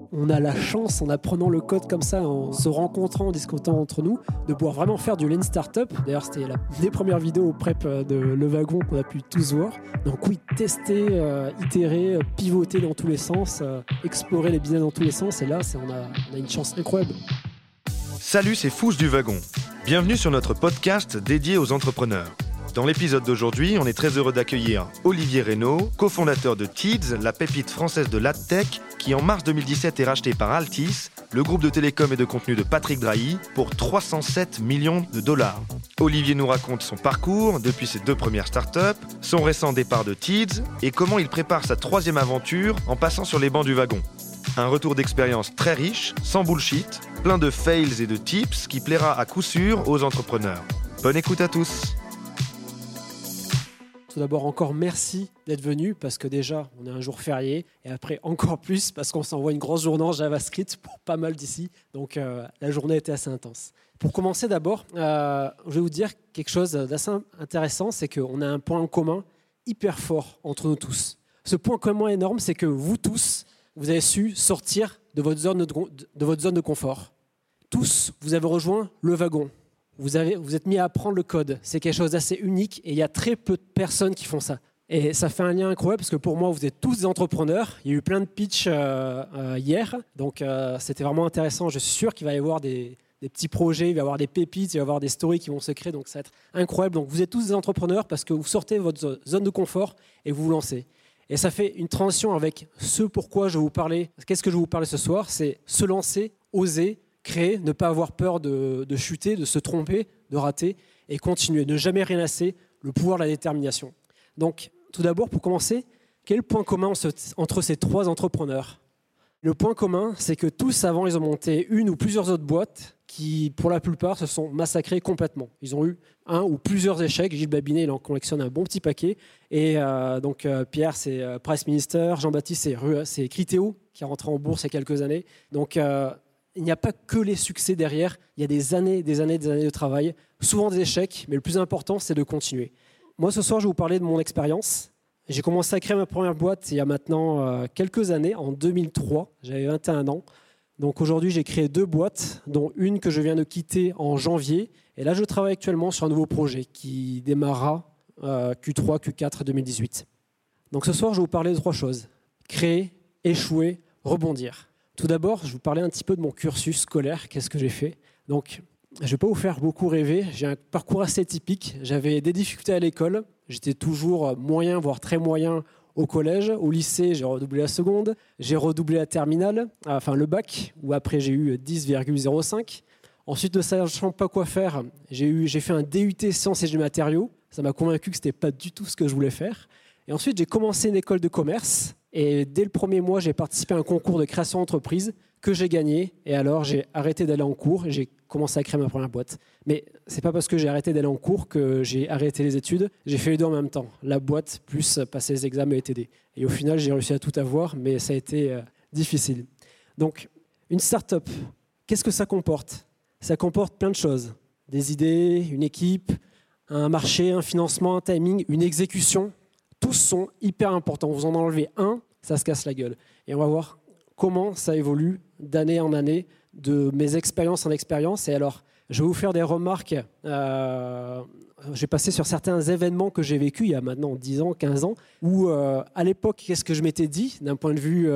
On a la chance, en apprenant le code comme ça, en se rencontrant, en discutant entre nous, de pouvoir vraiment faire du Lean Startup. D'ailleurs, c'était des premières vidéos au prep de Le Wagon qu'on a pu tous voir. Donc oui, tester, itérer, pivoter dans tous les sens, explorer les business dans tous les sens. Et là, on a une chance incroyable. Salut, c'est Fous du Wagon. Bienvenue sur notre podcast dédié aux entrepreneurs. Dans l'épisode d'aujourd'hui, on est très heureux d'accueillir Olivier Reynaud, cofondateur de Teads, la pépite française de l'adtech, qui en mars 2017 est racheté par Altice, le groupe de télécom et de contenu de Patrick Drahi, pour 307 millions de dollars. Olivier nous raconte son parcours depuis ses 2 premières startups, son récent départ de Teads et comment il prépare sa 3e aventure en passant sur les bancs du wagon. Un retour d'expérience très riche, sans bullshit, plein de fails et de tips qui plaira à coup sûr aux entrepreneurs. Bonne écoute à tous. Tout d'abord, encore merci d'être venu parce que déjà, on est un jour férié et après encore plus parce qu'on s'envoie une grosse journée en JavaScript pour pas mal d'ici. Donc la journée était assez intense. Pour commencer d'abord, je vais vous dire quelque chose d'assez intéressant, c'est qu'on a un point en commun hyper fort entre nous tous. Ce point commun énorme, c'est que vous tous, vous avez su sortir de votre zone de confort. Tous, vous avez rejoint le wagon. Vous êtes mis à apprendre le code. C'est quelque chose d'assez unique et il y a très peu de personnes qui font ça. Et ça fait un lien incroyable parce que pour moi, vous êtes tous des entrepreneurs. Il y a eu plein de pitchs hier, donc c'était vraiment intéressant. Je suis sûr qu'il va y avoir des petits projets, il va y avoir des pépites, il va y avoir des stories qui vont se créer, donc ça va être incroyable. Donc vous êtes tous des entrepreneurs parce que vous sortez de votre zone de confort et vous vous lancez. Et ça fait une transition avec ce pourquoi je vais vous parler. Qu'est-ce que je vais vous parler ce soir ? C'est se lancer, oser, créer, ne pas avoir peur de chuter, de se tromper, de rater et continuer, ne jamais rien lasser, le pouvoir de la détermination. Donc, tout d'abord, pour commencer, quel est le point commun entre ces 3 entrepreneurs ? Le point commun, c'est que tous avant, ils ont monté une ou plusieurs autres boîtes qui, pour la plupart, se sont massacrées complètement. Ils ont eu un ou plusieurs échecs. Gilles Babinet, il en collectionne un bon petit paquet. Et Pierre, c'est Price Minister. Jean-Baptiste, c'est Criteo, qui est rentré en bourse il y a quelques années. Donc, il n'y a pas que les succès derrière, il y a des années de travail, souvent des échecs, mais le plus important, c'est de continuer. Moi, ce soir, je vais vous parler de mon expérience. J'ai commencé à créer ma première boîte il y a maintenant quelques années, en 2003, j'avais 21 ans. Donc aujourd'hui, j'ai créé 2 boîtes, dont une que je viens de quitter en janvier. Et là, je travaille actuellement sur un nouveau projet qui démarrera Q3, Q4 2018. Donc ce soir, je vais vous parler de 3 choses. Créer, échouer, rebondir. Tout d'abord, je vais vous parler un petit peu de mon cursus scolaire, qu'est-ce que j'ai fait. Donc, je ne vais pas vous faire beaucoup rêver, j'ai un parcours assez typique. J'avais des difficultés à l'école, j'étais toujours moyen, voire très moyen au collège. Au lycée, j'ai redoublé la seconde, j'ai redoublé la terminale, enfin le bac, où après j'ai eu 10,05. Ensuite, ne sachant pas quoi faire, j'ai fait un DUT sciences et matériaux. Ça m'a convaincu que ce n'était pas du tout ce que je voulais faire. Et ensuite, j'ai commencé une école de commerce. Et dès le premier mois, j'ai participé à un concours de création d'entreprise que j'ai gagné. Et alors, j'ai arrêté d'aller en cours et j'ai commencé à créer ma première boîte. Mais ce n'est pas parce que j'ai arrêté d'aller en cours que j'ai arrêté les études. J'ai fait les 2 en même temps. La boîte plus passer les examens et TD. Et au final, j'ai réussi à tout avoir, mais ça a été difficile. Donc, une start-up, qu'est-ce que ça comporte ? Ça comporte plein de choses. Des idées, une équipe, un marché, un financement, un timing, une exécution. Tous sont hyper importants. Vous en enlevez un, ça se casse la gueule. Et on va voir comment ça évolue d'année en année, de mes expériences en expérience. Et alors, je vais vous faire des remarques. Je vais passer sur certains événements que j'ai vécus il y a maintenant 10 ans, 15 ans, où à l'époque, qu'est-ce que je m'étais dit d'un point de vue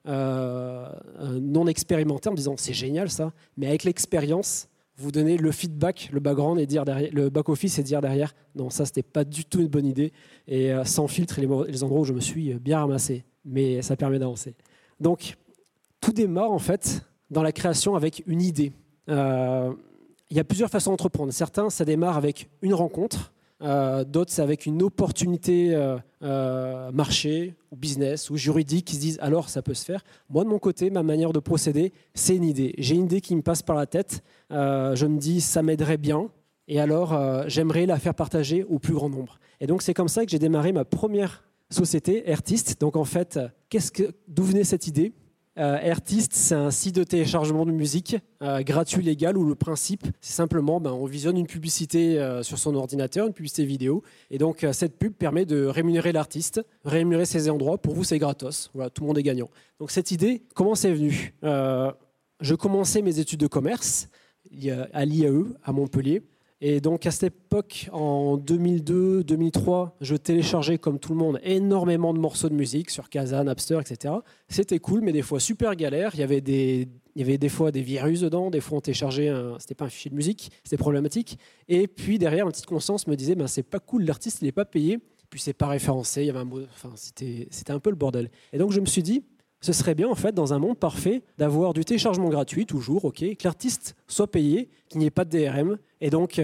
non expérimenté, en me disant c'est génial ça, mais avec l'expérience, vous donner le feedback, le background et dire derrière, le back-office et dire derrière, non, ça, c'était pas du tout une bonne idée. Et sans filtre, les endroits où je me suis bien ramassé. Mais ça permet d'avancer. Donc, tout démarre en fait dans la création avec une idée. Il y a plusieurs façons d'entreprendre. Certains, ça démarre avec une rencontre. D'autres, c'est avec une opportunité marché ou business ou juridique qui se disent alors ça peut se faire. Moi, de mon côté, ma manière de procéder, c'est une idée. J'ai une idée qui me passe par la tête. Je me dis ça m'aiderait bien et alors j'aimerais la faire partager au plus grand nombre. Et donc, c'est comme ça que j'ai démarré ma première société, Artist. Donc, en fait, d'où venait cette idée ? Artist, c'est un site de téléchargement de musique gratuit, légal, où le principe, c'est simplement, on visionne une publicité sur son ordinateur, une publicité vidéo, et donc cette pub permet de rémunérer l'artiste, rémunérer ses ayants droit. Pour vous, c'est gratos. Voilà, tout le monde est gagnant. Donc cette idée, comment c'est venu Je commençais mes études de commerce à l'IAE, à Montpellier. Et donc à cette époque, en 2002-2003, je téléchargeais comme tout le monde énormément de morceaux de musique sur Kazaa, Napster, etc. C'était cool, mais des fois super galère. Il y avait des fois des virus dedans, des fois on téléchargeait, c'était pas un fichier de musique, c'était problématique. Et puis derrière, ma petite conscience me disait, c'est pas cool, l'artiste il n'est pas payé, puis c'est pas référencé, il y avait un mot, c'était un peu le bordel. Et donc je me suis dit, ce serait bien, en fait, dans un monde parfait, d'avoir du téléchargement gratuit, toujours, ok, que l'artiste soit payé, qu'il n'y ait pas de DRM. Et donc,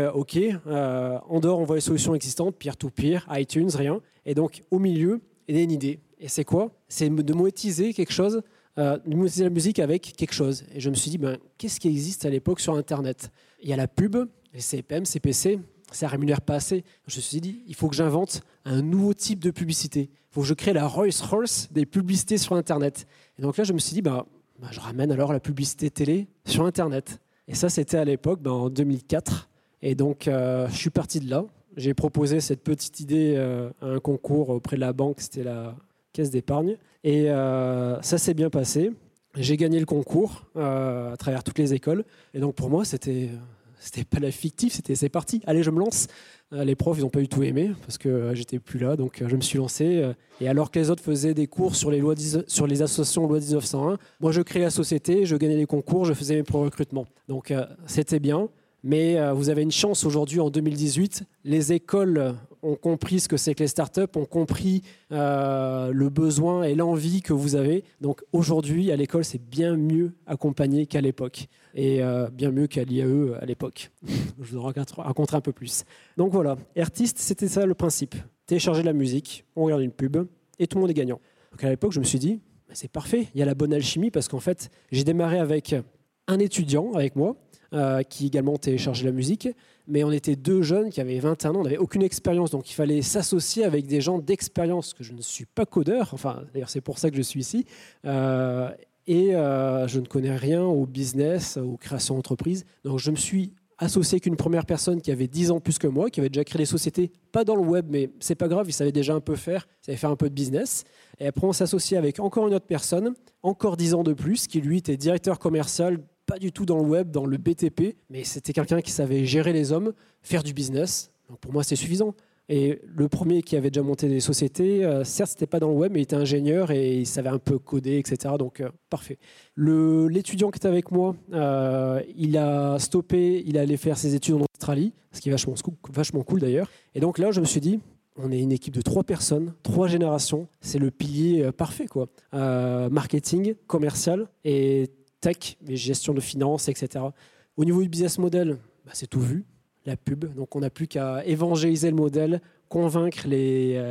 en dehors, on voit les solutions existantes, peer-to-peer, iTunes, rien. Et donc, au milieu, il y a une idée. Et c'est quoi ? C'est de monétiser quelque chose, de monétiser la musique avec quelque chose. Et je me suis dit, qu'est-ce qui existe à l'époque sur Internet ? Il y a la pub, les CPM, CPC, ça ne rémunère pas assez. Je me suis dit, il faut que j'invente un nouveau type de publicité. Il faut que je crée la Rolls-Royce des publicités sur Internet. Et donc là, je me suis dit, je ramène alors la publicité télé sur Internet. Et ça, c'était à l'époque, en 2004. Et donc, je suis parti de là. J'ai proposé cette petite idée à un concours auprès de la banque, c'était la Caisse d'épargne. Et ça s'est bien passé. J'ai gagné le concours à travers toutes les écoles. Et donc, pour moi, c'était pas la fictive, c'est parti. Allez, je me lance. Les profs, ils n'ont pas du tout aimé parce que j'étais plus là, donc je me suis lancé. Et alors que les autres faisaient des cours sur les associations loi 1901, moi je créais la société, je gagnais les concours, je faisais mes pro-recrutements. Donc c'était bien. Mais vous avez une chance aujourd'hui, en 2018, les écoles ont compris ce que c'est que les startups, ont compris le besoin et l'envie que vous avez. Donc aujourd'hui, à l'école, c'est bien mieux accompagné qu'à l'époque. Et bien mieux qu'à l'IAE à l'époque. Je vous en raconterai un peu plus. Donc voilà, Artist, c'était ça le principe. Télécharger de la musique, on regarde une pub et tout le monde est gagnant. Donc à l'époque, je me suis dit, c'est parfait, il y a la bonne alchimie parce qu'en fait, j'ai démarré avec un étudiant avec moi, qui également téléchargeait la musique, mais on était deux jeunes qui avaient 21 ans, on n'avait aucune expérience, donc il fallait s'associer avec des gens d'expérience, que je ne suis pas codeur, enfin d'ailleurs c'est pour ça que je suis ici, et je ne connais rien au business, aux créations d'entreprises, donc je me suis associé avec une première personne qui avait 10 ans plus que moi, qui avait déjà créé des sociétés, pas dans le web, mais c'est pas grave, il savait déjà un peu faire, il savait faire un peu de business. Et après, on s'est associé avec encore une autre personne, encore 10 ans de plus, qui lui était directeur commercial, pas du tout dans le web, dans le BTP, mais c'était quelqu'un qui savait gérer les hommes, faire du business. Donc pour moi, c'est suffisant. Et le premier qui avait déjà monté des sociétés, certes, c'était pas dans le web, mais il était ingénieur et il savait un peu coder, etc. Donc parfait. L'étudiant qui était avec moi, il a stoppé, il allait faire ses études en Australie, ce qui est vachement cool d'ailleurs. Et donc là, je me suis dit, on est une équipe de 3 personnes, 3 générations, c'est le pilier parfait, quoi. Marketing, commercial et tech, et gestion de finances, etc. Au niveau du business model, c'est tout vu, la pub. Donc on n'a plus qu'à évangéliser le modèle, convaincre les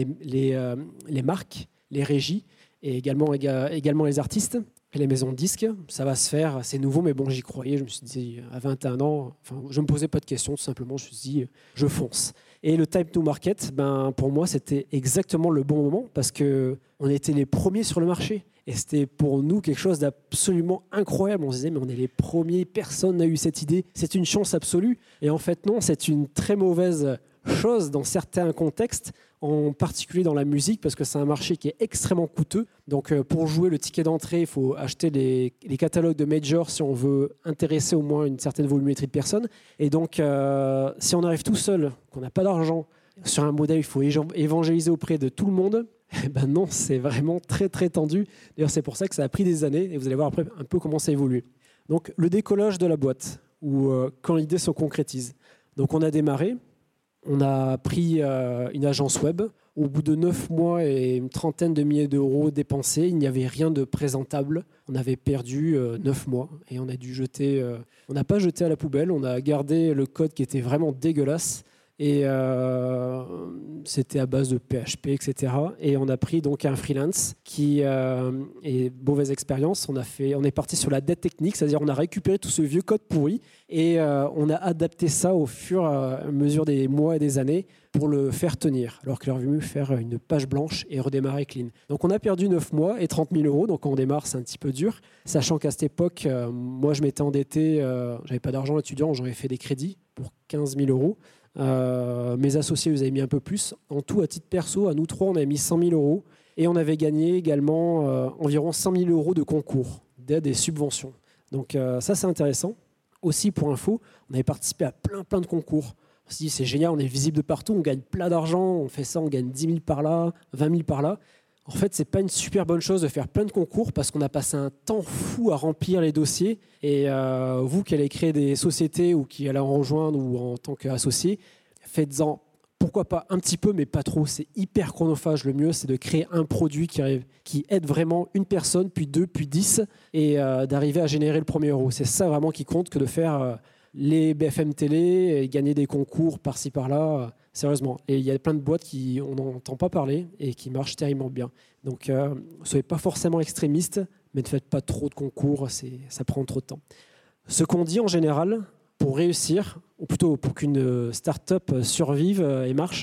marques, les régies, et également les artistes et les maisons de disques. Ça va se faire, c'est nouveau, mais bon, j'y croyais. Je me suis dit, à 21 ans, je ne me posais pas de questions, tout simplement. Je me suis dit, je fonce. Et le time to market, pour moi, c'était exactement le bon moment parce qu'on était les premiers sur le marché. Et c'était pour nous quelque chose d'absolument incroyable. On se disait, mais on est les premiers, personne n'a eu cette idée. C'est une chance absolue. Et en fait, non, c'est une très mauvaise chose dans certains contextes, en particulier dans la musique, parce que c'est un marché qui est extrêmement coûteux. Donc, pour jouer le ticket d'entrée, il faut acheter les catalogues de majors si on veut intéresser au moins une certaine volumétrie de personnes. Et donc, si on arrive tout seul, qu'on n'a pas d'argent, sur un modèle, il faut évangéliser auprès de tout le monde. Non, c'est vraiment très très tendu. D'ailleurs, c'est pour ça que ça a pris des années et vous allez voir après un peu comment ça évolue. Donc, le décollage de la boîte, ou quand l'idée se concrétise. Donc, on a démarré, on a pris une agence web. Au bout de 9 mois et une trentaine de milliers d'euros dépensés, il n'y avait rien de présentable. On avait perdu 9 mois et on a dû jeter. On n'a pas jeté à la poubelle, on a gardé le code qui était vraiment dégueulasse. Et c'était à base de PHP, etc. Et on a pris donc un freelance qui est mauvaise expérience. On est parti sur la dette technique, c'est-à-dire on a récupéré tout ce vieux code pourri et on a adapté ça au fur et à mesure des mois et des années pour le faire tenir, alors qu'il aurait mieux faire une page blanche et redémarrer clean. Donc on a perdu 9 mois et 30 000 euros, donc quand on démarre c'est un petit peu dur, sachant qu'à cette époque, moi je m'étais endetté, j'avais pas d'argent étudiant, j'avais fait des crédits pour 15 000 euros. Mes associés, ils avaient mis un peu plus. En tout, à titre perso, à nous trois, on avait mis 100 000 euros et on avait gagné également environ 100 000 euros de concours, d'aide et subventions. Donc ça, c'est intéressant. Aussi, pour info, on avait participé à plein de concours. On s'est dit, c'est génial, on est visible de partout, on gagne plein d'argent, on fait ça, on gagne 10 000 par là, 20 000 par là. En fait, c'est pas une super bonne chose de faire plein de concours parce qu'on a passé un temps fou à remplir les dossiers. Et vous qui allez créer des sociétés ou qui allez en rejoindre ou en tant qu'associé, faites-en pourquoi pas un petit peu, mais pas trop. C'est hyper chronophage. Le mieux, c'est de créer un produit qui aide vraiment une personne, puis 2, puis 10, et d'arriver à générer le premier euro. C'est ça vraiment qui compte que de faire les BFM télé et gagner des concours par-ci par-là. Sérieusement. Et il y a plein de boîtes on n'entend pas parler et qui marchent terriblement bien. Donc, ne soyez pas forcément extrémistes, mais ne faites pas trop de concours, ça prend trop de temps. Ce qu'on dit en général, pour réussir, ou plutôt pour qu'une start-up survive et marche,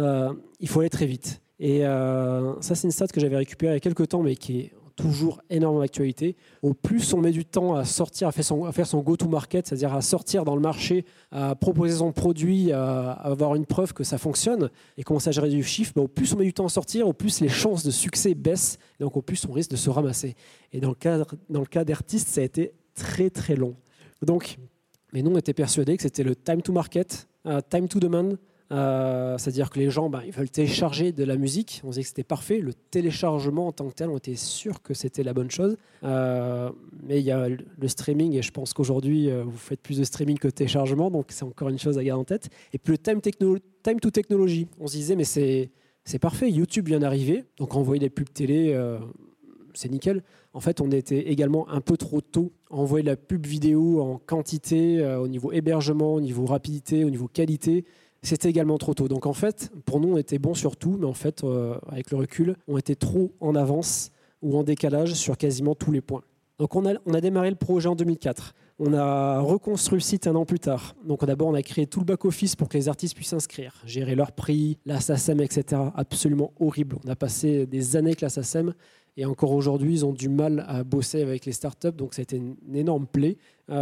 il faut aller très vite. Et ça, c'est une stat que j'avais récupérée il y a quelques temps, mais qui est toujours énormément d'actualité. Au plus on met du temps à sortir, à faire son go-to-market, c'est-à-dire à sortir dans le marché, à proposer son produit, à avoir une preuve que ça fonctionne et commencer à gérer du chiffre, au plus on met du temps à sortir, au plus les chances de succès baissent, et donc au plus on risque de se ramasser. Et dans le cas d'artistes, ça a été très très long. Donc, mais nous on était persuadés que c'était le time to market, time to demand, c'est-à-dire que les gens ils veulent télécharger de la musique, on disait que c'était parfait, le téléchargement en tant que tel, on était sûr que c'était la bonne chose, mais il y a le streaming et je pense qu'aujourd'hui vous faites plus de streaming que de téléchargement, donc c'est encore une chose à garder en tête. Et puis le time to technology, on se disait mais c'est parfait, YouTube vient d'arriver, donc envoyer des pubs télé, c'est nickel. En fait, on était également un peu trop tôt à envoyer de la pub vidéo en quantité, au niveau hébergement, au niveau rapidité, au niveau qualité. C'était également trop tôt. Donc en fait, pour nous, on était bons sur tout, mais en fait, avec le recul, on était trop en avance ou en décalage sur quasiment tous les points. Donc on a démarré le projet en 2004. On a reconstruit le site un an plus tard. Donc d'abord, on a créé tout le back-office pour que les artistes puissent s'inscrire, gérer leurs prix, la SACEM, etc. Absolument horrible. On a passé des années avec la SACEM et encore aujourd'hui, ils ont du mal à bosser avec les startups. Donc ça a été une énorme plaie.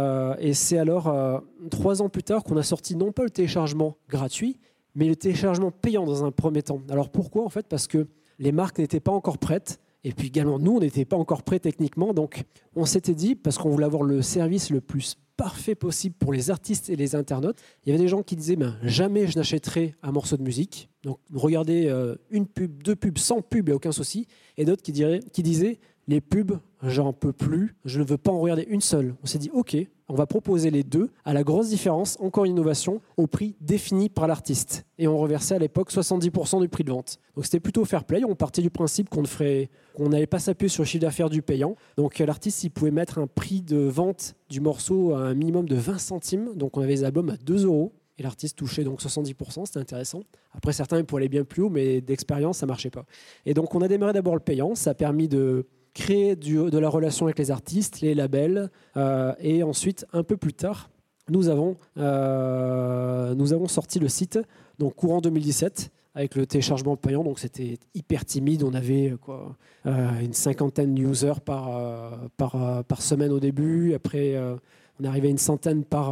Et c'est alors 3 ans plus tard qu'on a sorti non pas le téléchargement gratuit, mais le téléchargement payant dans un premier temps. Alors pourquoi ? En fait, parce que les marques n'étaient pas encore prêtes. Et puis également, nous, on n'était pas encore prêts techniquement. Donc, on s'était dit, parce qu'on voulait avoir le service le plus parfait possible pour les artistes et les internautes, il y avait des gens qui disaient jamais je n'achèterai un morceau de musique. Donc, regardez une pub, 2 pubs, 100 pubs, il n'y a aucun souci. Et d'autres qui disaient les pubs, j'en peux plus, je ne veux pas en regarder une seule. On s'est dit, OK, on va proposer les deux, à la grosse différence, encore une innovation, au prix défini par l'artiste. Et on reversait à l'époque 70% du prix de vente. Donc c'était plutôt fair play, on partait du principe qu'on n'allait pas s'appuyer sur le chiffre d'affaires du payant. Donc l'artiste, il pouvait mettre un prix de vente du morceau à un minimum de 20 centimes. Donc on avait les albums à 2 €. Et l'artiste touchait donc 70%, c'était intéressant. Après, certains ils pouvaient aller bien plus haut, mais d'expérience, ça ne marchait pas. Et donc on a démarré d'abord le payant, ça a permis de créer de la relation avec les artistes, les labels, et ensuite, un peu plus tard, nous avons sorti le site, donc courant 2017, avec le téléchargement payant, donc c'était hyper timide, on avait une 50aine d'users par semaine au début, après on est arrivé à une centaine par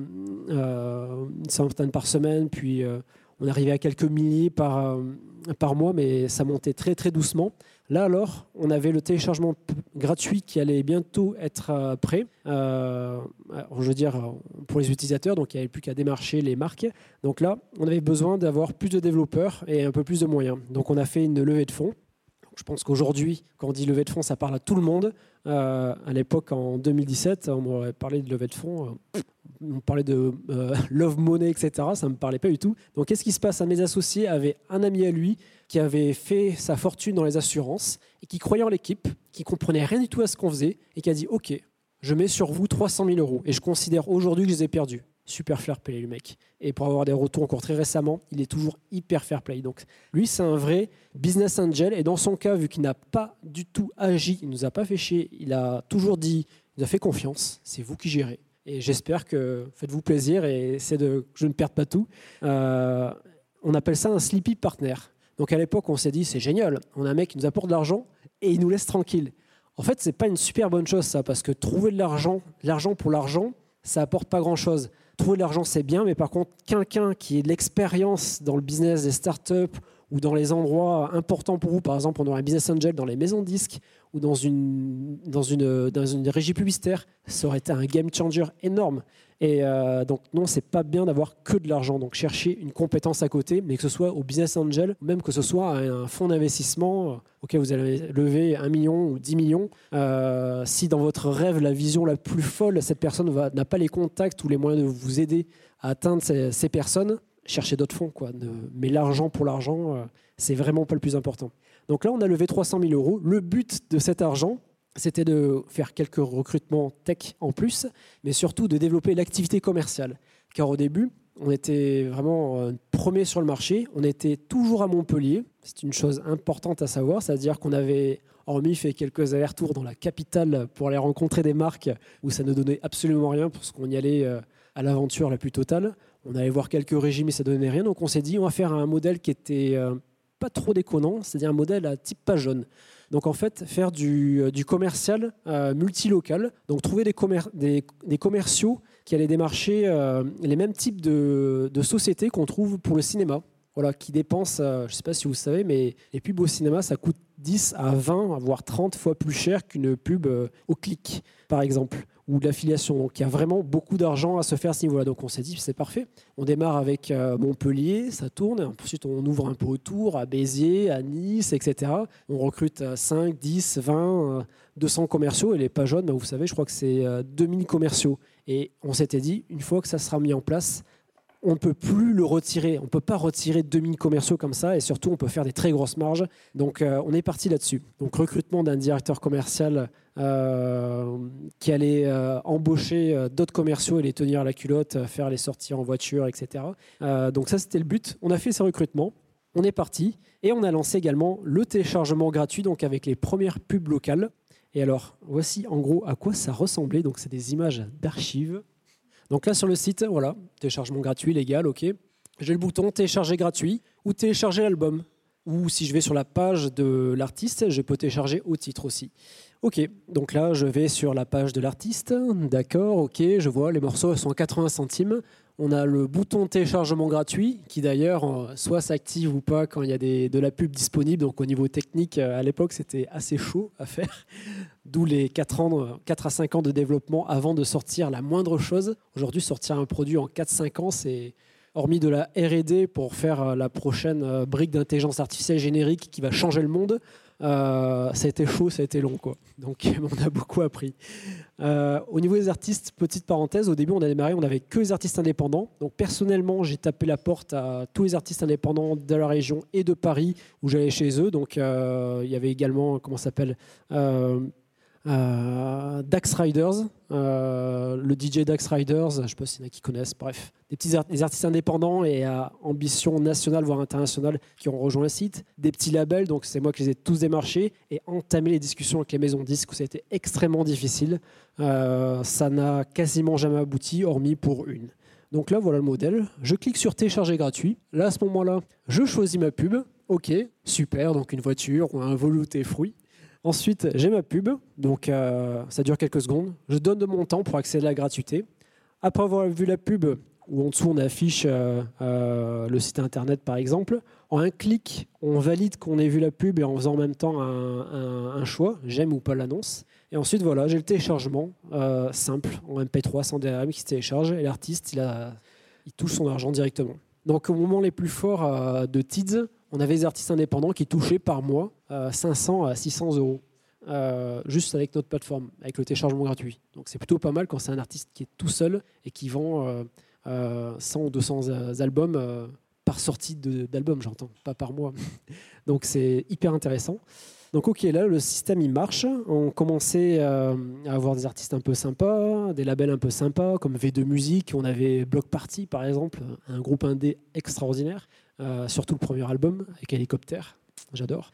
semaine, puis on est arrivé à quelques milliers par mois, mais ça montait très très doucement. Là alors, on avait le téléchargement gratuit qui allait bientôt être prêt, je veux dire pour les utilisateurs, donc il n'y avait plus qu'à démarcher les marques. Donc là, on avait besoin d'avoir plus de développeurs et un peu plus de moyens. Donc on a fait une levée de fonds. Je pense qu'aujourd'hui, quand on dit levée de fonds, ça parle à tout le monde. À l'époque, en 2017, on m'aurait parlé de levée de fonds. On parlait de love money, etc. Ça ne me parlait pas du tout. Donc, qu'est-ce qui se passe ? Un de mes associés avait un ami à lui qui avait fait sa fortune dans les assurances et qui croyait en l'équipe, qui comprenait rien du tout à ce qu'on faisait et qui a dit « Ok, je mets sur vous 300 000 € et je considère aujourd'hui que je les ai perdus. super fair play le mec. Et pour avoir des retours encore très récemment, il est toujours hyper fair play. Donc lui, c'est un vrai business angel. Et dans son cas, vu qu'il n'a pas du tout agi, il nous a pas fait chier, il a toujours dit, il nous a fait confiance, c'est vous qui gérez. Et j'espère que faites-vous plaisir et c'est que je ne perde pas tout. On appelle ça un sleepy partner. Donc à l'époque, on s'est dit, c'est génial, on a un mec qui nous apporte de l'argent et il nous laisse tranquille. En fait, c'est pas une super bonne chose ça, parce que trouver de l'argent pour l'argent, ça apporte pas grand-chose. Trouver de l'argent, c'est bien, mais par contre, quelqu'un qui ait de l'expérience dans le business des startups ou dans les endroits importants pour vous, par exemple, on aurait un business angel dans les maisons de disques ou dans une régie publicitaire, ça aurait été un game changer énorme. Et donc non, c'est pas bien d'avoir que de l'argent. Donc cherchez une compétence à côté, mais que ce soit au business angel, ou même que ce soit un fonds d'investissement auquel vous allez lever 1 million ou 10 millions. Si dans votre rêve, la vision la plus folle, cette personne n'a pas les contacts ou les moyens de vous aider à atteindre ces personnes, cherchez d'autres fonds, quoi. Mais l'argent pour l'argent, c'est vraiment pas le plus important. Donc là, on a levé 300 000 euros. Le but de cet argent, c'était de faire quelques recrutements tech en plus, mais surtout de développer l'activité commerciale. Car au début, on était vraiment premier sur le marché. On était toujours à Montpellier. C'est une chose importante à savoir, c'est-à-dire qu'on avait, hormis fait quelques allers-retours dans la capitale pour aller rencontrer des marques où ça ne donnait absolument rien parce qu'on y allait à l'aventure la plus totale. On allait voir quelques régimes et ça ne donnait rien. Donc on s'est dit, on va faire un modèle qui était pas trop déconnant, c'est-à-dire un modèle à type page jaune. Donc en fait, faire du commercial multilocal, donc trouver des commerciaux qui allaient démarcher les mêmes types de sociétés qu'on trouve pour le cinéma. Voilà, qui dépensent, je ne sais pas si vous savez, mais les pubs au cinéma, ça coûte 10 à 20, voire 30 fois plus cher qu'une pub au clic, par exemple, ou de l'affiliation. Donc il y a vraiment beaucoup d'argent à se faire à ce niveau-là. Donc on s'est dit, c'est parfait. On démarre avec Montpellier, ça tourne. Ensuite, on ouvre un peu autour, à Béziers, à Nice, etc. On recrute 5, 10, 20, 200 commerciaux. Et les pages jaunes, vous savez, je crois que c'est 2000 commerciaux. Et on s'était dit, une fois que ça sera mis en place, on ne peut plus le retirer. On ne peut pas retirer 2000 commerciaux comme ça et surtout, on peut faire des très grosses marges. Donc, on est parti là-dessus. Donc, recrutement d'un directeur commercial qui allait embaucher d'autres commerciaux et les tenir à la culotte, faire les sorties en voiture, etc. Donc, ça, c'était le but. On a fait ces recrutements. On est parti et on a lancé également le téléchargement gratuit, donc avec les premières pubs locales. Et alors, voici en gros à quoi ça ressemblait. Donc, c'est des images d'archives. Donc là, sur le site, voilà, téléchargement gratuit, légal, OK. J'ai le bouton télécharger gratuit ou télécharger l'album. Ou si je vais sur la page de l'artiste, je peux télécharger au titre aussi. OK, donc là, je vais sur la page de l'artiste. D'accord, OK, je vois, les morceaux sont à 80 centimes. On a le bouton téléchargement gratuit qui d'ailleurs soit s'active ou pas quand il y a de la pub disponible. Donc au niveau technique, à l'époque, c'était assez chaud à faire. D'où les 4 à 5 ans de développement avant de sortir la moindre chose. Aujourd'hui, sortir un produit en 4-5 ans, c'est hormis de la R&D pour faire la prochaine brique d'intelligence artificielle générique qui va changer le monde. Ça a été chaud, ça a été long, quoi. Donc on a beaucoup appris. Au niveau des artistes, petite parenthèse, au début on a démarré, on n'avait que les artistes indépendants. Donc personnellement, j'ai tapé la porte à tous les artistes indépendants de la région et de Paris où j'allais chez eux. Donc il y avait également, comment ça s'appelle, Dax Riders, le DJ Dax Riders, je ne sais pas s'il y en a qui connaissent, bref, des artistes indépendants et à ambition nationale voire internationale qui ont rejoint le site, des petits labels, donc c'est moi qui les ai tous démarchés et entamé les discussions avec les maisons de disques où ça a été extrêmement difficile. Ça n'a quasiment jamais abouti, hormis pour une. Donc là, voilà le modèle. Je clique sur télécharger gratuit. Là, à ce moment-là, je choisis ma pub. OK, super, donc une voiture ou un velouté fruit. Ensuite, j'ai ma pub, donc ça dure quelques secondes. Je donne de mon temps pour accéder à la gratuité. Après avoir vu la pub, où en dessous on affiche le site internet par exemple, en un clic, on valide qu'on ait vu la pub et en faisant en même temps un choix, j'aime ou pas l'annonce. Et ensuite, voilà, j'ai le téléchargement simple, en MP3 sans DRM qui se télécharge et l'artiste, il touche son argent directement. Donc au moment les plus forts de Tids, on avait des artistes indépendants qui touchaient par mois 500 à 600 euros, juste avec notre plateforme, avec le téléchargement gratuit. Donc c'est plutôt pas mal quand c'est un artiste qui est tout seul et qui vend 100 ou 200 albums par sortie d'album, j'entends, pas par mois. Donc c'est hyper intéressant. Donc ok, là le système il marche. On commençait à avoir des artistes un peu sympas, des labels un peu sympas comme V2 Music. On avait Block Party par exemple, un groupe indé extraordinaire, surtout le premier album avec Hélicoptère. J'adore.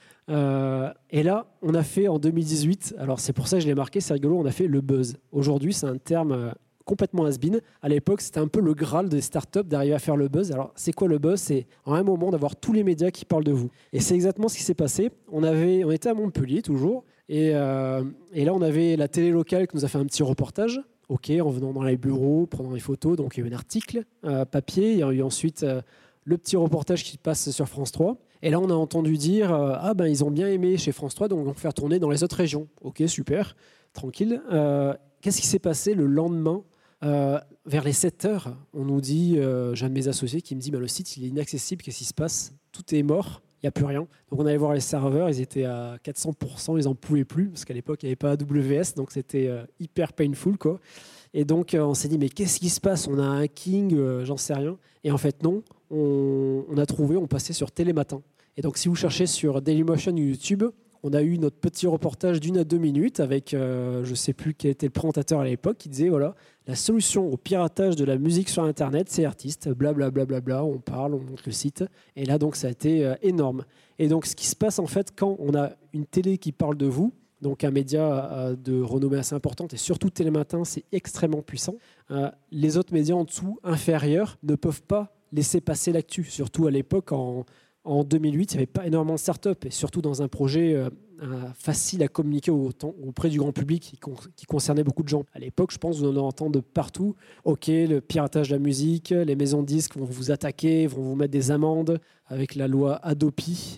Et là, on a fait en 2018, alors c'est pour ça que je l'ai marqué, c'est rigolo, on a fait le buzz. Aujourd'hui, c'est un terme complètement has-been. À l'époque, c'était un peu le Graal des startups d'arriver à faire le buzz. Alors, c'est quoi le buzz? C'est en un moment d'avoir tous les médias qui parlent de vous. Et c'est exactement ce qui s'est passé. On était à Montpellier toujours. Et là, on avait la télé locale qui nous a fait un petit reportage. OK, en venant dans les bureaux, prenant des photos. Donc, il y a eu un article papier. Il y a eu ensuite le petit reportage qui passe sur France 3. Et là, on a entendu dire ils ont bien aimé chez France 3, donc on va faire tourner dans les autres régions. OK, super, tranquille. Qu'est-ce qui s'est passé le lendemain? Vers les 7 heures, on nous dit, j'ai un de mes associés qui me dit le site il est inaccessible, qu'est-ce qui se passe? Tout est mort, il n'y a plus rien. Donc on allait voir les serveurs, ils étaient à 400%, ils n'en pouvaient plus, parce qu'à l'époque il n'y avait pas AWS, donc c'était hyper painful, quoi. Et donc on s'est dit, mais qu'est-ce qui se passe? On a un hacking, j'en sais rien. Et en fait non, on a trouvé, on passait sur Télématin. Et donc si vous cherchez sur Dailymotion ou YouTube, on a eu notre petit reportage d'1 à 2 minutes avec, je ne sais plus quel était le présentateur à l'époque, qui disait, voilà, la solution au piratage de la musique sur Internet, c'est Artiste, blablabla, bla, bla, bla, on parle, on monte le site. Et là, donc, ça a été énorme. Et donc, ce qui se passe, en fait, quand on a une télé qui parle de vous, donc un média de renommée assez importante, et surtout Télématin, c'est extrêmement puissant, les autres médias en dessous, inférieurs, ne peuvent pas laisser passer l'actu. Surtout à l'époque, en 2008, il n'y avait pas énormément de startups, et surtout dans un projet facile à communiquer auprès du grand public qui concernait beaucoup de gens. À l'époque, je pense que vous en entendez de partout. OK, le piratage de la musique, les maisons de disques vont vous attaquer, vont vous mettre des amendes avec la loi Adopi.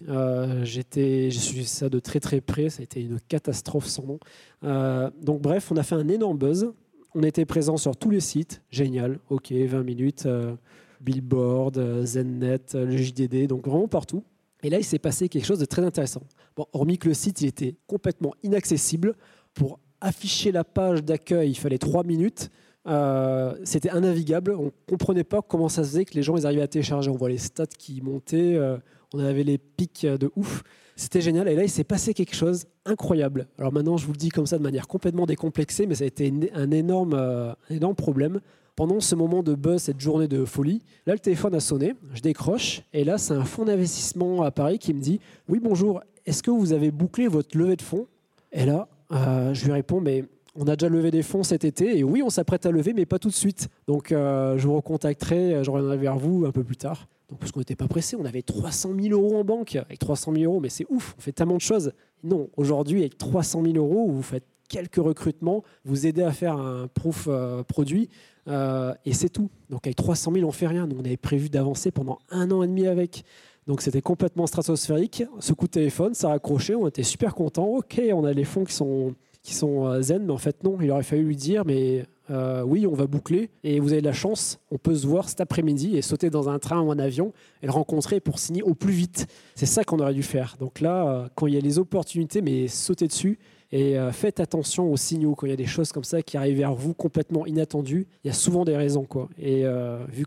J'ai suivi ça de très très près, ça a été une catastrophe sans nom. Donc bref, on a fait un énorme buzz. On était présent sur tous les sites, génial, OK, 20 minutes... Billboard, ZenNet, le JDD, donc vraiment partout. Et là, il s'est passé quelque chose de très intéressant. Bon, hormis que le site il était complètement inaccessible, pour afficher la page d'accueil, il fallait 3 minutes. C'était innavigable. On ne comprenait pas comment ça se faisait que les gens ils arrivaient à télécharger. On voit les stats qui montaient, on avait les pics de ouf. C'était génial. Et là, il s'est passé quelque chose incroyable. Alors maintenant, je vous le dis comme ça de manière complètement décomplexée, mais ça a été un énorme problème. Pendant ce moment de buzz, cette journée de folie, là, le téléphone a sonné, je décroche, et là, c'est un fonds d'investissement à Paris qui me dit « Oui, bonjour, est-ce que vous avez bouclé votre levée de fonds ?» Et là, je lui réponds « Mais on a déjà levé des fonds cet été, et oui, on s'apprête à lever, mais pas tout de suite. Donc, je vous recontacterai, je reviendrai vers vous un peu plus tard. » Donc, parce qu'on n'était pas pressé, on avait 300 000 € en banque. Avec 300 000 €, mais c'est ouf, on fait tellement de choses. Non, aujourd'hui, avec 300 000 €, vous faites quelques recrutements, vous aidez à faire un proof produit, et c'est tout. Donc avec 300 000, on ne fait rien. Nous, on avait prévu d'avancer pendant 1 an et demi avec. Donc c'était complètement stratosphérique. Ce coup de téléphone, ça a raccroché, on était super contents. OK, on a les fonds qui sont zen, mais en fait non, il aurait fallu lui dire, mais oui, on va boucler, et vous avez de la chance, on peut se voir cet après-midi et sauter dans un train ou un avion et le rencontrer pour signer au plus vite. C'est ça qu'on aurait dû faire. Donc là, quand il y a les opportunités, mais sautez dessus. Et faites attention aux signaux. Quand il y a des choses comme ça qui arrivent vers vous complètement inattendues, il y a souvent des raisons, quoi. Et vu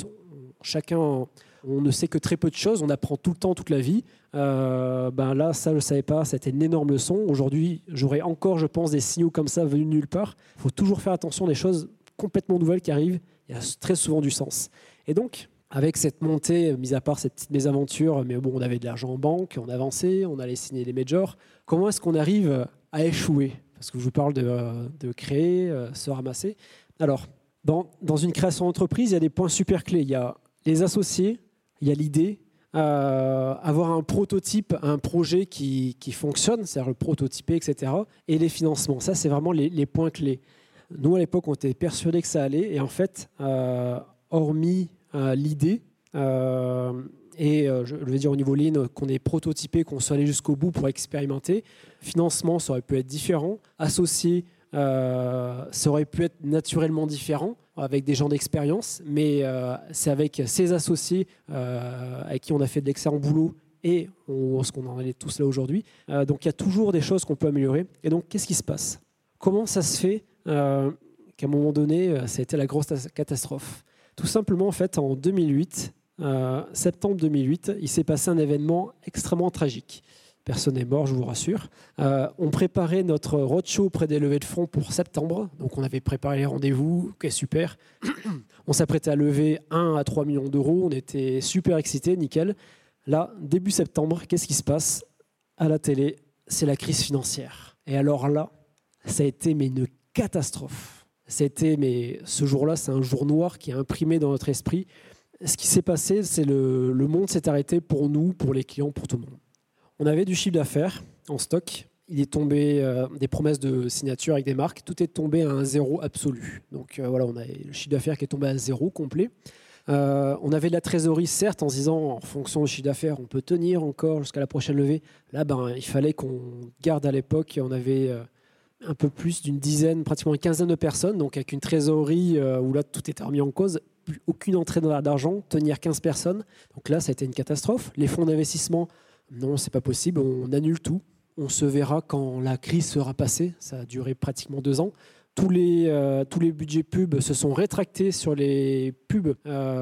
chacun, on ne sait que très peu de choses, on apprend tout le temps, toute la vie. Là, ça, je ne savais pas, c'était une énorme leçon. Aujourd'hui, j'aurais encore, je pense, des signaux comme ça venus de nulle part. Il faut toujours faire attention des choses complètement nouvelles qui arrivent. Il y a très souvent du sens. Et donc, avec cette montée, mis à part cette petite mésaventure, mais bon, on avait de l'argent en banque, on avançait, on allait signer les majors. Comment est-ce qu'on arrive à échouer? Parce que je vous parle de créer, se ramasser. Alors, dans une création d'entreprise, il y a des points super clés. Il y a les associés, il y a l'idée, avoir un prototype, un projet qui fonctionne, c'est-à-dire le prototyper, etc. Et les financements. Ça, c'est vraiment les points clés. Nous, à l'époque, on était persuadés que ça allait. Et en fait, hormis l'idée, je vais dire au niveau lean, qu'on ait prototypé, qu'on soit allé jusqu'au bout pour expérimenter. Financement, ça aurait pu être différent. Associé, ça aurait pu être naturellement différent avec des gens d'expérience, mais c'est avec ces associés avec qui on a fait de l'excellent boulot et ce qu'on en est tous là aujourd'hui. Donc il y a toujours des choses qu'on peut améliorer. Et donc qu'est-ce qui se passe? Comment ça se fait qu'à un moment donné, ça a été la grosse catastrophe? Tout simplement, en fait, en 2008, septembre 2008, il s'est passé un événement extrêmement tragique. Personne n'est mort, je vous rassure. On préparait notre roadshow auprès des levées de fonds pour septembre. Donc, on avait préparé les rendez-vous. Ok, super. On s'apprêtait à lever 1 à 3 millions d'euros. On était super excités, nickel. Là, début septembre, qu'est-ce qui se passe à la télé? C'est la crise financière. Et alors là, ça a été une catastrophe. Ce jour-là, c'est un jour noir qui est imprimé dans notre esprit. Ce qui s'est passé, c'est le monde s'est arrêté pour nous, pour les clients, pour tout le monde. On avait du chiffre d'affaires en stock. Il est tombé des promesses de signature avec des marques. Tout est tombé à un zéro absolu. Donc voilà, on a le chiffre d'affaires qui est tombé à zéro complet. On avait de la trésorerie, certes, en se disant, en fonction du chiffre d'affaires, on peut tenir encore jusqu'à la prochaine levée. Là, il fallait qu'on garde à l'époque. On avait un peu plus d'une dizaine, pratiquement une quinzaine de personnes, donc avec une trésorerie où là, tout était remis en cause. Plus aucune entrée d'argent, tenir 15 personnes. Donc là, ça a été une catastrophe. Les fonds d'investissement, non, c'est pas possible, on annule tout. On se verra quand la crise sera passée. Ça a duré pratiquement 2 ans. Tous les budgets pubs se sont rétractés sur les pubs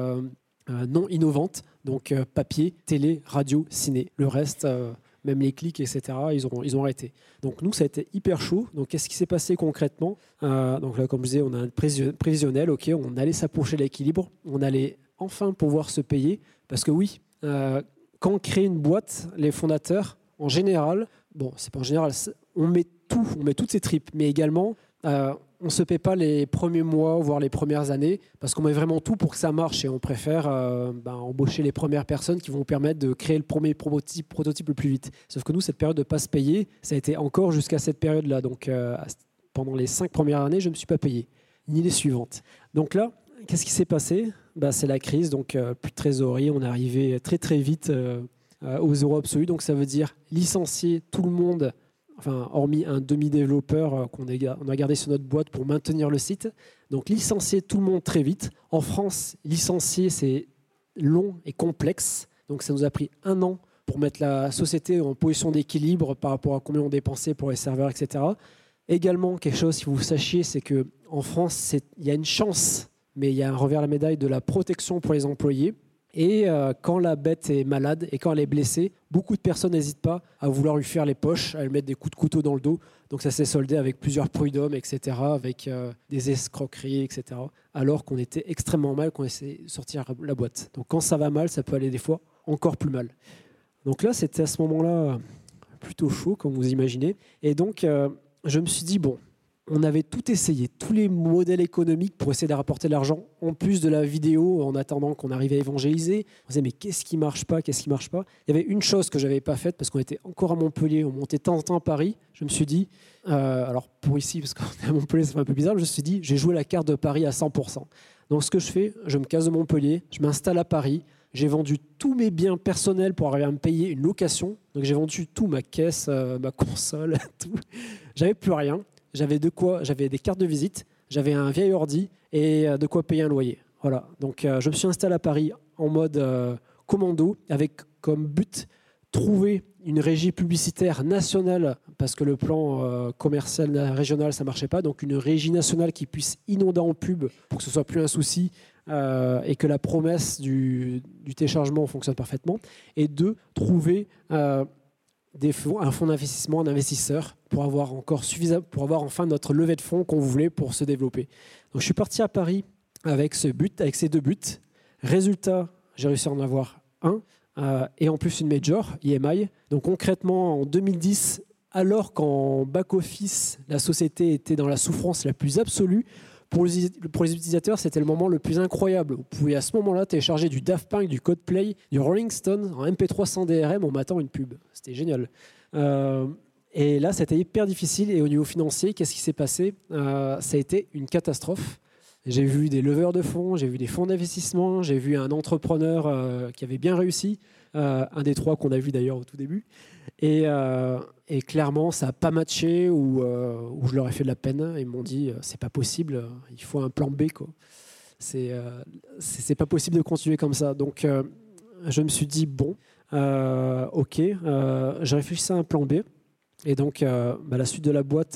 non innovantes, donc papier, télé, radio, ciné. Le reste, même les clics, etc., ils ont arrêté. Donc nous, ça a été hyper chaud. Donc qu'est-ce qui s'est passé concrètement? Donc là, comme je disais, on a un prévisionnel. Ok, on allait s'approcher de l'équilibre. On allait enfin pouvoir se payer. Parce que oui, quand on crée une boîte, les fondateurs, en général, c'est pas en général, on met toutes ses tripes, mais également, on ne se paie pas les premiers mois, voire les premières années, parce qu'on met vraiment tout pour que ça marche et on préfère embaucher les premières personnes qui vont nous permettre de créer le premier prototype le plus vite. Sauf que nous, cette période de ne pas se payer, ça a été encore jusqu'à cette période-là. Donc, pendant les 5 premières années, je ne me suis pas payé, ni les suivantes. Donc là, qu'est-ce qui s'est passé? C'est la crise, donc plus de trésorerie. On est arrivé très très vite au zéro absolu. Donc ça veut dire licencier tout le monde, enfin hormis un demi-développeur qu'on a gardé sur notre boîte pour maintenir le site. Donc licencier tout le monde très vite. En France, licencier, c'est long et complexe. Donc ça nous a pris 1 an pour mettre la société en position d'équilibre par rapport à combien on dépensait pour les serveurs, etc. Également, quelque chose qu'il faut que vous sachiez, c'est qu'en France, il y a une chance, mais il y a un revers de la médaille de la protection pour les employés. Et quand la bête est malade et quand elle est blessée, beaucoup de personnes n'hésitent pas à vouloir lui faire les poches, à lui mettre des coups de couteau dans le dos. Donc ça s'est soldé avec plusieurs prud'hommes, etc., avec des escroqueries, etc. Alors qu'on était extrêmement mal, qu'on essayait de sortir la boîte. Donc quand ça va mal, ça peut aller des fois encore plus mal. Donc là, c'était à ce moment-là plutôt chaud, comme vous imaginez. Et donc, je me suis dit, on avait tout essayé, tous les modèles économiques pour essayer de rapporter de l'argent, en plus de la vidéo, en attendant qu'on arrive à évangéliser. On se disait, mais qu'est-ce qui marche pas? Il y avait une chose que je n'avais pas faite, parce qu'on était encore à Montpellier, on montait de temps en temps à Paris. Je me suis dit, alors pour ici, parce qu'on est à Montpellier, ça fait un peu bizarre, je me suis dit, j'ai joué la carte de Paris à 100%. Donc ce que je fais, je me casse de Montpellier, je m'installe à Paris, j'ai vendu tous mes biens personnels pour arriver à me payer une location. Donc j'ai vendu tout, ma caisse, ma console, tout. J'avais plus rien. J'avais des cartes de visite, j'avais un vieil ordi et de quoi payer un loyer. Voilà. Donc je me suis installé à Paris en mode commando avec comme but trouver une régie publicitaire nationale parce que le plan commercial régional ça marchait pas. Donc une régie nationale qui puisse inonder en pub pour que ce soit plus un souci et que la promesse du téléchargement fonctionne parfaitement. Et 2, trouver un fonds d'investissement, un investisseur pour avoir enfin notre levée de fonds qu'on voulait pour se développer. Donc je suis parti à Paris avec ces 2 buts. Résultat, j'ai réussi à en avoir un et en plus une major, EMI. Donc concrètement, en 2010, alors qu'en back-office, la société était dans la souffrance la plus absolue, pour les utilisateurs, c'était le moment le plus incroyable. Vous pouvez à ce moment-là télécharger du Daft Punk, du Coldplay, du Rolling Stone en MP3 sans DRM en m'attendant une pub. C'était génial. Et là, c'était hyper difficile. Et au niveau financier, qu'est-ce qui s'est passé? Ça a été une catastrophe. J'ai vu des leveurs de fonds, j'ai vu des fonds d'investissement, j'ai vu un entrepreneur qui avait bien réussi, un des 3 qu'on a vu d'ailleurs au tout début. Et clairement, ça n'a pas matché ou je leur ai fait de la peine. Ils m'ont dit, c'est pas possible, il faut un plan B, quoi. C'est pas possible de continuer comme ça. Donc, je me suis dit, ok, j'ai réfléchi à un plan B. Et donc, la suite de la boîte,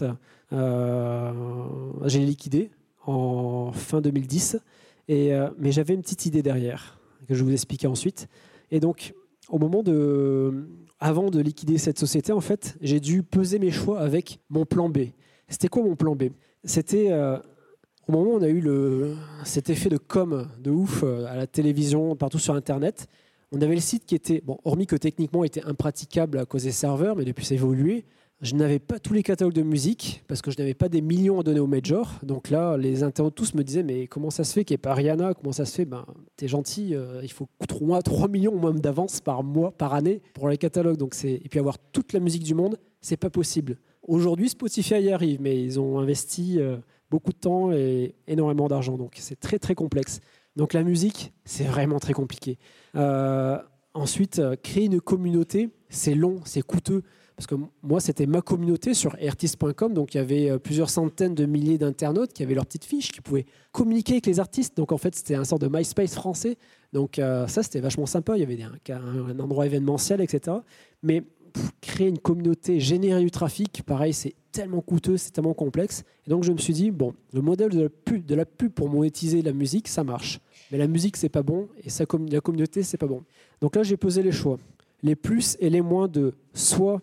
j'ai liquidé en fin 2010. Mais j'avais une petite idée derrière, que je vais vous expliquer ensuite. Et donc, avant de liquider cette société, en fait, j'ai dû peser mes choix avec mon plan B. C'était quoi mon plan B? C'était au moment où on a eu cet effet de com de ouf à la télévision, partout sur Internet. On avait le site qui était, hormis que techniquement était impraticable à cause des serveurs, mais depuis ça a évolué. Je n'avais pas tous les catalogues de musique parce que je n'avais pas des millions à donner aux majors. Donc là, les internautes tous me disaient mais comment ça se fait qu'il n'y ait pas Rihanna? Comment ça se fait? T'es gentil, il faut 3 millions au moins d'avance par mois, par année pour les catalogues. Et puis avoir toute la musique du monde, c'est pas possible. Aujourd'hui, Spotify y arrive, mais ils ont investi beaucoup de temps et énormément d'argent. Donc c'est très très complexe. Donc la musique, c'est vraiment très compliqué. Ensuite, créer une communauté, c'est long, c'est coûteux. Parce que moi, c'était ma communauté sur artist.com. Donc, il y avait plusieurs centaines de milliers d'internautes qui avaient leur petite fiche, qui pouvaient communiquer avec les artistes. Donc, en fait, c'était un sort de MySpace français. Donc, ça, c'était vachement sympa. Il y avait un endroit événementiel, etc. Mais créer une communauté, générer du trafic, pareil, c'est tellement coûteux, c'est tellement complexe. Et donc, je me suis dit, le modèle de la pub pour monétiser la musique, ça marche. Mais la musique, c'est pas bon. Et la communauté, c'est pas bon. Donc là, j'ai pesé les choix. Les plus et les moins de soit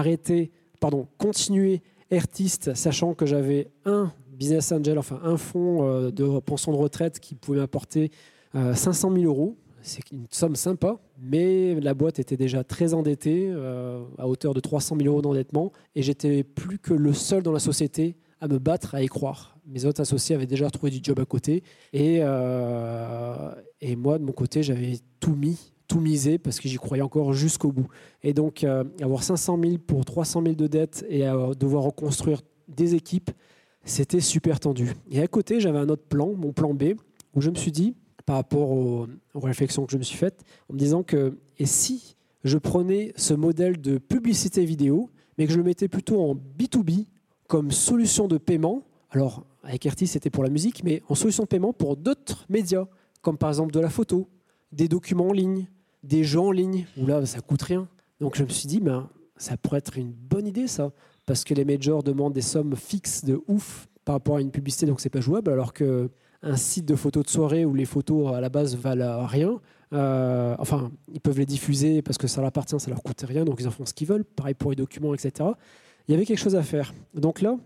continuer artiste, sachant que j'avais un business angel, enfin un fonds de pension de retraite qui pouvait m'apporter 500 000 euros. C'est une somme sympa, mais la boîte était déjà très endettée, à hauteur de 300 000 euros d'endettement, et j'étais plus que le seul dans la société à me battre, à y croire. Mes autres associés avaient déjà trouvé du job à côté, et moi, de mon côté, j'avais tout misé parce que j'y croyais encore jusqu'au bout. Et donc, avoir 500 000 pour 300 000 de dettes et devoir reconstruire des équipes, c'était super tendu. Et à côté, j'avais un autre plan, mon plan B, où je me suis dit, par rapport aux réflexions que je me suis faites, en me disant et si je prenais ce modèle de publicité vidéo, mais que je le mettais plutôt en B2B, comme solution de paiement, alors avec Artist, c'était pour la musique, mais en solution de paiement pour d'autres médias, comme par exemple de la photo, des documents en ligne, des jeux en ligne, où là, ça coûte rien. Donc je me suis dit, ça pourrait être une bonne idée, ça, parce que les majors demandent des sommes fixes de ouf par rapport à une publicité, donc c'est pas jouable, alors qu'un site de photos de soirée où les photos à la base valent rien, ils peuvent les diffuser parce que ça leur appartient, ça leur coûte rien, donc ils en font ce qu'ils veulent. Pareil pour les documents, etc. Il y avait quelque chose à faire. Donc là,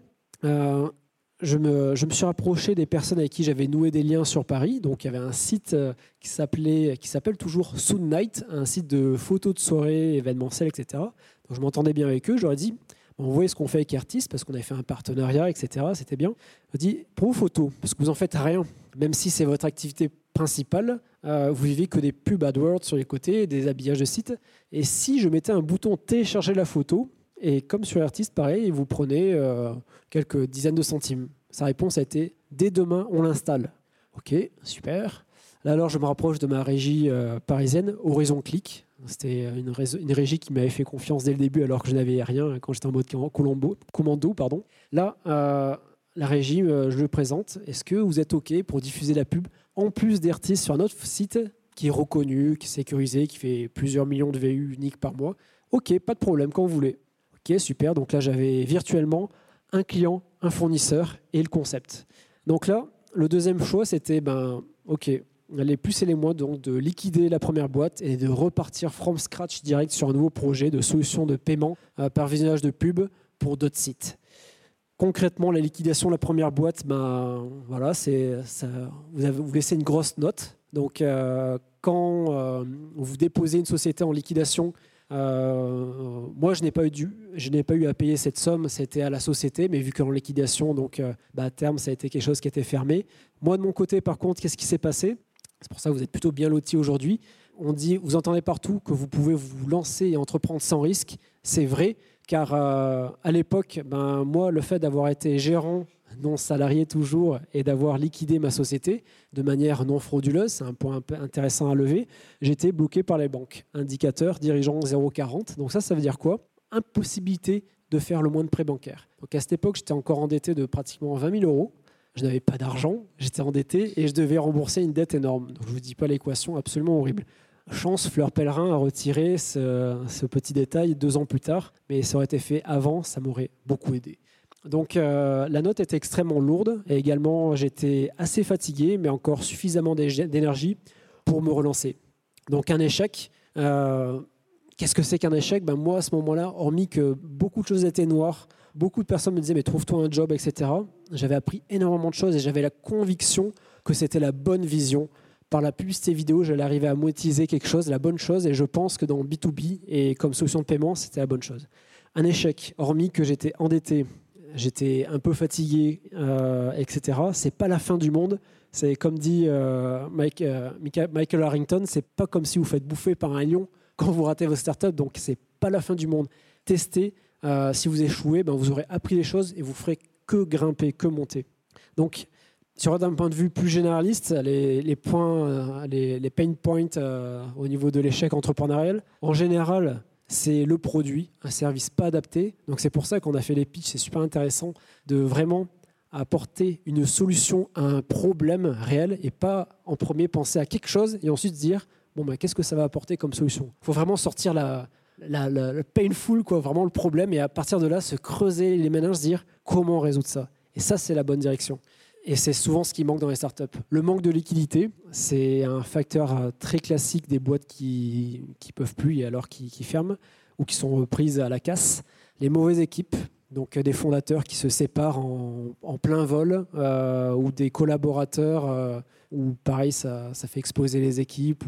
je me suis rapproché des personnes avec qui j'avais noué des liens sur Paris. Donc, il y avait un site qui s'appelle toujours Soon Night, un site de photos de soirée, événementielles, etc. Donc, je m'entendais bien avec eux. J'aurais dit, vous voyez ce qu'on fait avec Artist, parce qu'on avait fait un partenariat, etc. C'était bien. Je dis, pour vos photos, parce que vous n'en faites rien, même si c'est votre activité principale, vous vivez que des pubs AdWords sur les côtés, des habillages de sites. Et si je mettais un bouton télécharger la photo, et comme sur Artist, pareil, vous prenez quelques dizaines de centimes. Sa réponse a été « Dès demain, on l'installe ». Ok, super. Là, alors, je me rapproche de ma régie parisienne, Horizon Click. C'était une régie qui m'avait fait confiance dès le début, alors que je n'avais rien quand j'étais en mode commando. Là, la régie, je le présente. Est-ce que vous êtes OK pour diffuser la pub en plus d'Artist sur notre site qui est reconnu, qui est sécurisé, qui fait plusieurs millions de VU uniques par mois? OK, pas de problème, quand vous voulez. Ok, super. Donc là, j'avais virtuellement un client, un fournisseur et le concept. Donc là, le deuxième choix, c'était, OK, les plus et les moins, donc de liquider la première boîte et de repartir from scratch direct sur un nouveau projet de solution de paiement par visionnage de pub pour d'autres sites. Concrètement, la liquidation de la première boîte, voilà, vous laissez une grosse note. Donc, quand vous déposez une société en liquidation, moi, je n'ai pas eu à payer cette somme, c'était à la société, mais vu qu'en liquidation, donc à terme, ça a été quelque chose qui était fermé. Moi, de mon côté, par contre, qu'est-ce qui s'est passé? C'est pour ça que vous êtes plutôt bien lotis aujourd'hui. On dit, vous entendez partout que vous pouvez vous lancer et entreprendre sans risque. C'est vrai, car à l'époque, moi, le fait d'avoir été gérant, non salarié toujours, et d'avoir liquidé ma société de manière non frauduleuse, c'est un point intéressant à lever, j'étais bloqué par les banques. Indicateur dirigeant 0,40. Donc ça veut dire quoi? Impossibilité de faire le moins de prêts bancaires. Donc à cette époque, j'étais encore endetté de pratiquement 20 000 euros. Je n'avais pas d'argent, j'étais endetté et je devais rembourser une dette énorme. Donc je ne vous dis pas l'équation, absolument horrible. Chance, Fleur Pellerin a retiré ce petit détail 2 ans plus tard, mais ça aurait été fait avant, ça m'aurait beaucoup aidé. Donc la note était extrêmement lourde et également j'étais assez fatigué mais encore suffisamment d'énergie pour me relancer. Donc un échec, Qu'est-ce que c'est qu'un échec ? Moi, à ce moment-là, hormis que beaucoup de choses étaient noires, beaucoup de personnes me disaient « mais trouve-toi un job, etc. » J'avais appris énormément de choses et j'avais la conviction que c'était la bonne vision. Par la publicité vidéo, j'allais arriver à monétiser quelque chose, la bonne chose, et je pense que dans B2B et comme solution de paiement, c'était la bonne chose. Un échec, hormis que j'étais endetté, j'étais un peu fatigué, etc. C'est pas la fin du monde. C'est comme dit Michael Harrington, c'est pas comme si vous faites bouffer par un lion quand vous ratez vos startups, donc c'est pas la fin du monde. Testez, si vous échouez, vous aurez appris les choses et vous ferez que grimper, que monter. Donc, sur d'un point de vue plus généraliste, les points, les pain points au niveau de l'échec entrepreneurial, en général, c'est le produit, un service pas adapté. Donc c'est pour ça qu'on a fait les pitchs, c'est super intéressant de vraiment apporter une solution à un problème réel et pas en premier penser à quelque chose et ensuite se dire qu'est-ce que ça va apporter comme solution. Il faut vraiment sortir le painful, vraiment le problème, et à partir de là, se creuser les méninges, se dire comment résoudre ça. Et ça, c'est la bonne direction. Et c'est souvent ce qui manque dans les startups. Le manque de liquidité, c'est un facteur très classique des boîtes qui peuvent plus et alors qui ferment ou qui sont prises à la casse. Les mauvaises équipes, donc des fondateurs qui se séparent en plein vol ou des collaborateurs où pareil, ça fait exploser les équipes.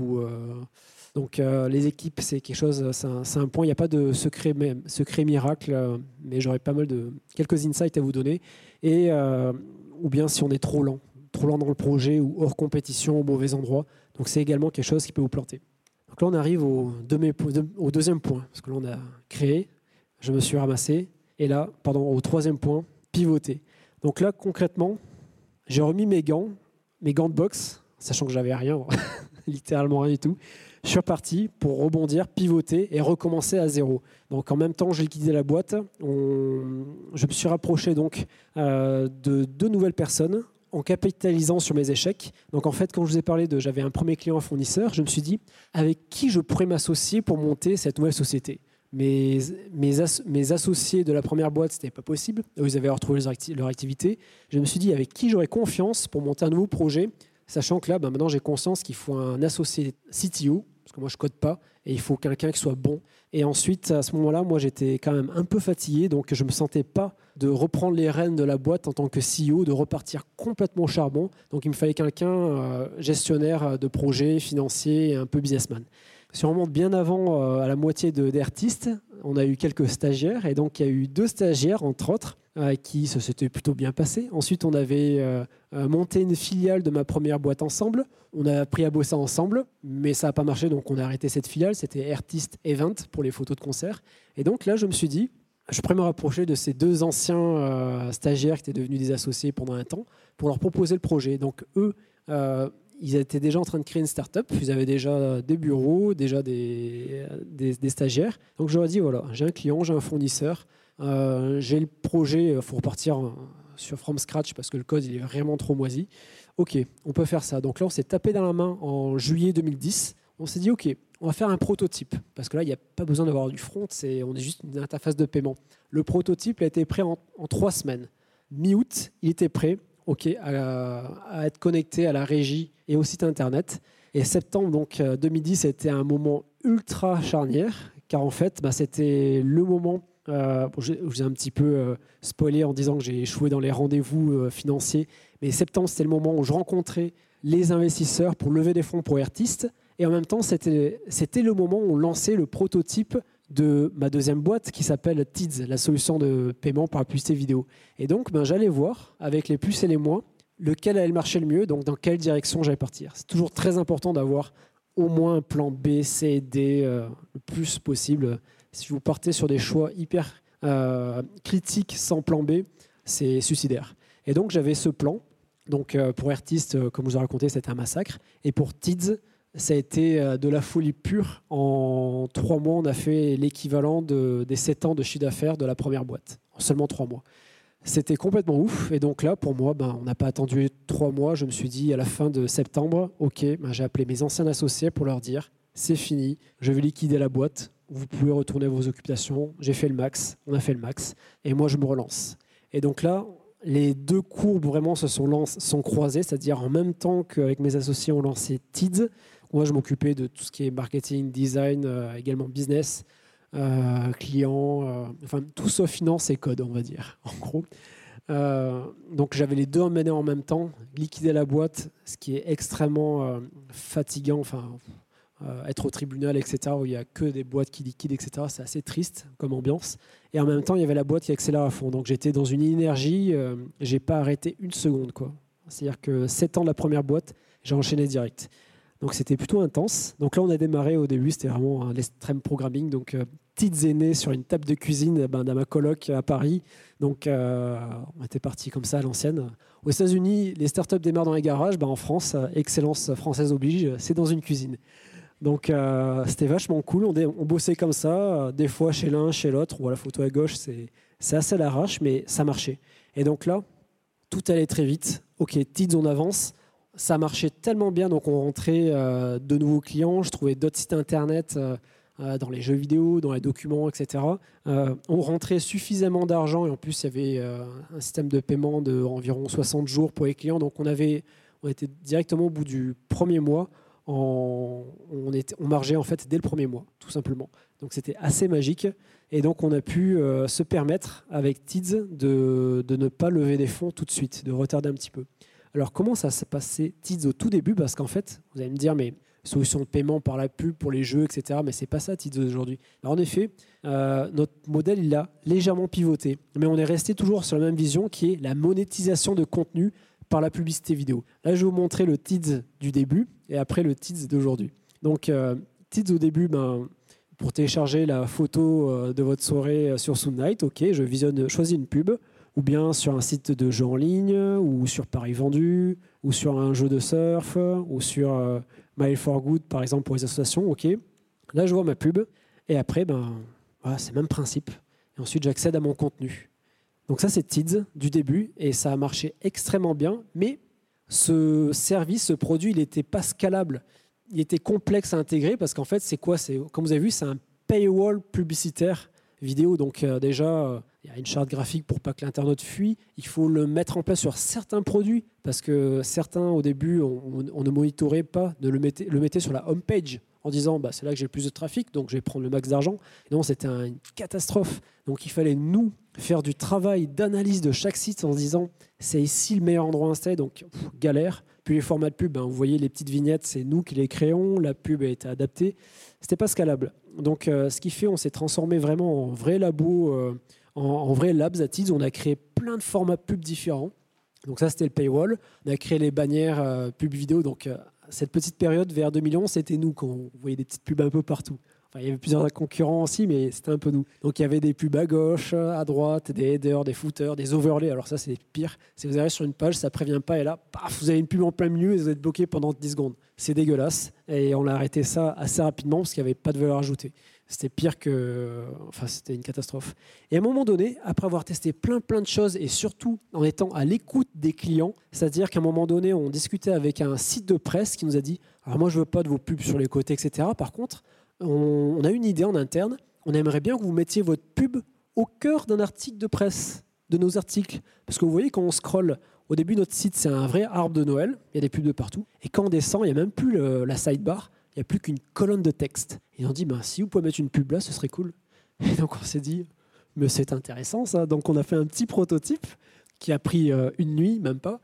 Donc les équipes, c'est quelque chose, c'est un point. Il n'y a pas de secret miracle, mais j'aurais quelques insights à vous donner. Et ou bien si on est trop lent dans le projet ou hors compétition, au mauvais endroit. Donc c'est également quelque chose qui peut vous planter. Donc là, on arrive au deuxième point, parce que là, on a créé, je me suis ramassé, et là, au troisième point, pivoter. Donc là, concrètement, j'ai remis mes gants de boxe, sachant que j'avais rien, littéralement rien du tout. Je suis reparti pour rebondir, pivoter et recommencer à zéro. Donc en même temps, j'ai liquidé la boîte. Je me suis rapproché donc de 2 nouvelles personnes en capitalisant sur mes échecs. Donc en fait, quand je vous ai parlé j'avais un premier client, un fournisseur, je me suis dit avec qui je pourrais m'associer pour monter cette nouvelle société. Mes associés de la première boîte, ce n'était pas possible. Eux, ils avaient retrouvé leur activité. Je me suis dit avec qui j'aurais confiance pour monter un nouveau projet, sachant que là, maintenant, j'ai conscience qu'il faut un associé CTO, parce que moi, je ne code pas, et il faut quelqu'un qui soit bon. Et ensuite, à ce moment-là, moi, j'étais quand même un peu fatigué, donc je ne me sentais pas de reprendre les rênes de la boîte en tant que CEO, de repartir complètement au charbon. Donc, il me fallait quelqu'un gestionnaire de projet, financier et un peu businessman. Si on remonte bien avant, à la moitié d'Airtist, on a eu quelques stagiaires, et donc il y a eu 2 stagiaires, entre autres, qui ça s'était plutôt bien passé. Ensuite, on avait monté une filiale de ma première boîte ensemble. On a appris à bosser ensemble, mais ça n'a pas marché, donc on a arrêté cette filiale. C'était Airtist Event pour les photos de concert. Et donc là, je me suis dit, je pourrais me rapprocher de ces 2 anciens stagiaires qui étaient devenus des associés pendant un temps pour leur proposer le projet. Donc eux, ils étaient déjà en train de créer une start-up. Ils avaient déjà des bureaux, déjà des stagiaires. Donc je leur ai dit, voilà, j'ai un client, j'ai un fournisseur, j'ai le projet, il faut repartir sur from scratch parce que le code il est vraiment trop moisi. Ok, on peut faire ça. Donc là, on s'est tapé dans la main en juillet 2010. On s'est dit, ok, on va faire un prototype. Parce que là, il n'y a pas besoin d'avoir du front, on est juste une interface de paiement. Le prototype a été prêt en 3 semaines. Mi-août, il était prêt. OK, à être connecté à la régie et au site internet. Et septembre donc 2010, c'était un moment ultra charnière, car en fait, c'était le moment. Je vous ai un petit peu spoilé en disant que j'ai échoué dans les rendez-vous financiers, mais septembre, c'était le moment où je rencontrais les investisseurs pour lever des fonds pour Airtist. Et en même temps, c'était le moment où on lançait le prototype de ma deuxième boîte qui s'appelle Tids, la solution de paiement par publicité vidéo. Et donc, j'allais voir avec les plus et les moins lequel allait marcher le mieux, donc dans quelle direction j'allais partir. C'est toujours très important d'avoir au moins un plan B, C, D le plus possible. Si vous partez sur des choix hyper critiques sans plan B, c'est suicidaire. Et donc, j'avais ce plan. Donc, pour Airtist, comme je vous ai raconté, c'était un massacre. Et pour Tids, ça a été de la folie pure. En 3 mois, on a fait l'équivalent des 7 ans de chiffre d'affaires de la première boîte, en seulement 3 mois. C'était complètement ouf. Et donc là, pour moi, on n'a pas attendu 3 mois. Je me suis dit, à la fin de septembre, OK, j'ai appelé mes anciens associés pour leur dire, c'est fini, je vais liquider la boîte. Vous pouvez retourner à vos occupations. J'ai fait le max, on a fait le max. Et moi, je me relance. Et donc là, les 2 courbes vraiment se sont croisées, c'est-à-dire en même temps qu'avec mes associés, on lançait Tids. Moi, je m'occupais de tout ce qui est marketing, design, également business, client, enfin tout sauf finance et code, on va dire, en gros. Donc j'avais les deux à mener en même temps, liquider la boîte, ce qui est extrêmement fatigant, enfin être au tribunal, etc., où il n'y a que des boîtes qui liquident, etc., c'est assez triste comme ambiance. Et en même temps, il y avait la boîte qui accélère à fond. Donc j'étais dans une énergie, j'ai pas arrêté une seconde, quoi. C'est-à-dire que 7 ans de la première boîte, j'ai enchaîné direct. Donc c'était plutôt intense. Donc là, on a démarré au début, c'était vraiment l'extrême programming. Donc petites aînées sur une table de cuisine dans ma coloc à Paris. Donc on était parti comme ça à l'ancienne. Aux États-Unis, les startups démarrent dans les garages. En France, excellence française oblige, c'est dans une cuisine. Donc c'était vachement cool. On bossait comme ça, des fois chez l'un, chez l'autre. La photo à gauche, c'est assez à l'arrache, mais ça marchait. Et donc là, tout allait très vite. OK, Tids, on avance. Ça marchait tellement bien, donc on rentrait de nouveaux clients. Je trouvais d'autres sites internet dans les jeux vidéo, dans les documents, etc. On rentrait suffisamment d'argent et en plus, il y avait un système de paiement d'environ 60 jours pour les clients. Donc on était directement au bout du premier mois. On margeait en fait dès le premier mois, tout simplement. Donc c'était assez magique. Et donc on a pu se permettre avec Tids de ne pas lever des fonds tout de suite, de retarder un petit peu. Alors comment ça s'est passé Tids au tout début? Parce qu'en fait, vous allez me dire, mais solution de paiement par la pub pour les jeux, etc. Mais c'est pas ça Tids aujourd'hui. Alors en effet, notre modèle il a légèrement pivoté, mais on est resté toujours sur la même vision qui est la monétisation de contenu par la publicité vidéo. Là, je vais vous montrer le Tids du début et après le Tids d'aujourd'hui. Donc Tids au début, pour télécharger la photo de votre soirée sur Soundnight, ok, je choisis une pub, ou bien sur un site de jeu en ligne, ou sur Paris Vendu, ou sur un jeu de surf, ou sur Mail for Good, par exemple, pour les associations. Ok. Là, je vois ma pub, et après, voilà, c'est le même principe. Et ensuite, j'accède à mon contenu. Donc ça, c'est Tids du début, et ça a marché extrêmement bien, mais ce service, ce produit, il n'était pas scalable. Il était complexe à intégrer, parce qu'en fait, c'est quoi? Comme vous avez vu, c'est un paywall publicitaire vidéo. Donc déjà, il y a une charte graphique pour pas que l'internaute fuit. Il faut le mettre en place sur certains produits parce que certains, au début, on ne monitorait pas, le mettait sur la home page en disant c'est là que j'ai le plus de trafic, donc je vais prendre le max d'argent. Non, c'était une catastrophe. Donc il fallait nous faire du travail d'analyse de chaque site en se disant c'est ici le meilleur endroit à installer, donc galère. Puis les formats de pub, vous voyez les petites vignettes, c'est nous qui les créons, la pub a été adaptée. C'était pas scalable. Donc ce qui fait, on s'est transformé vraiment en vrai labo, en vrai labs à Tids. On a créé plein de formats pub différents. Donc ça, c'était le paywall. On a créé les bannières pub vidéo. Donc cette petite période vers 2011, c'était nous quand on voyait des petites pubs un peu partout. Enfin, il y avait plusieurs concurrents aussi, mais c'était un peu nous. Donc il y avait des pubs à gauche, à droite, des headers, des footers, des overlays. Alors ça, c'est pire. Si vous arrivez sur une page, ça ne prévient pas. Et là, paf, vous avez une pub en plein milieu et vous êtes bloqué pendant 10 secondes. C'est dégueulasse. Et on a arrêté ça assez rapidement parce qu'il n'y avait pas de valeur ajoutée. C'était pire que... Enfin, c'était une catastrophe. Et à un moment donné, après avoir testé plein de choses et surtout en étant à l'écoute des clients, c'est-à-dire qu'à un moment donné, on discutait avec un site de presse qui nous a dit « Alors moi, je ne veux pas de vos pubs sur les côtés, etc. Par contre, on a une idée en interne. On aimerait bien que vous mettiez votre pub au cœur d'un article de presse, de nos articles. Parce que vous voyez, quand on scrolle, au début, notre site, c'est un vrai arbre de Noël. Il y a des pubs de partout. Et quand on descend, il n'y a même plus la sidebar. Il n'y a plus qu'une colonne de texte. Et on dit, si vous pouvez mettre une pub là, ce serait cool. Et donc, on s'est dit, mais c'est intéressant ça. Donc, on a fait un petit prototype qui a pris une nuit, même pas.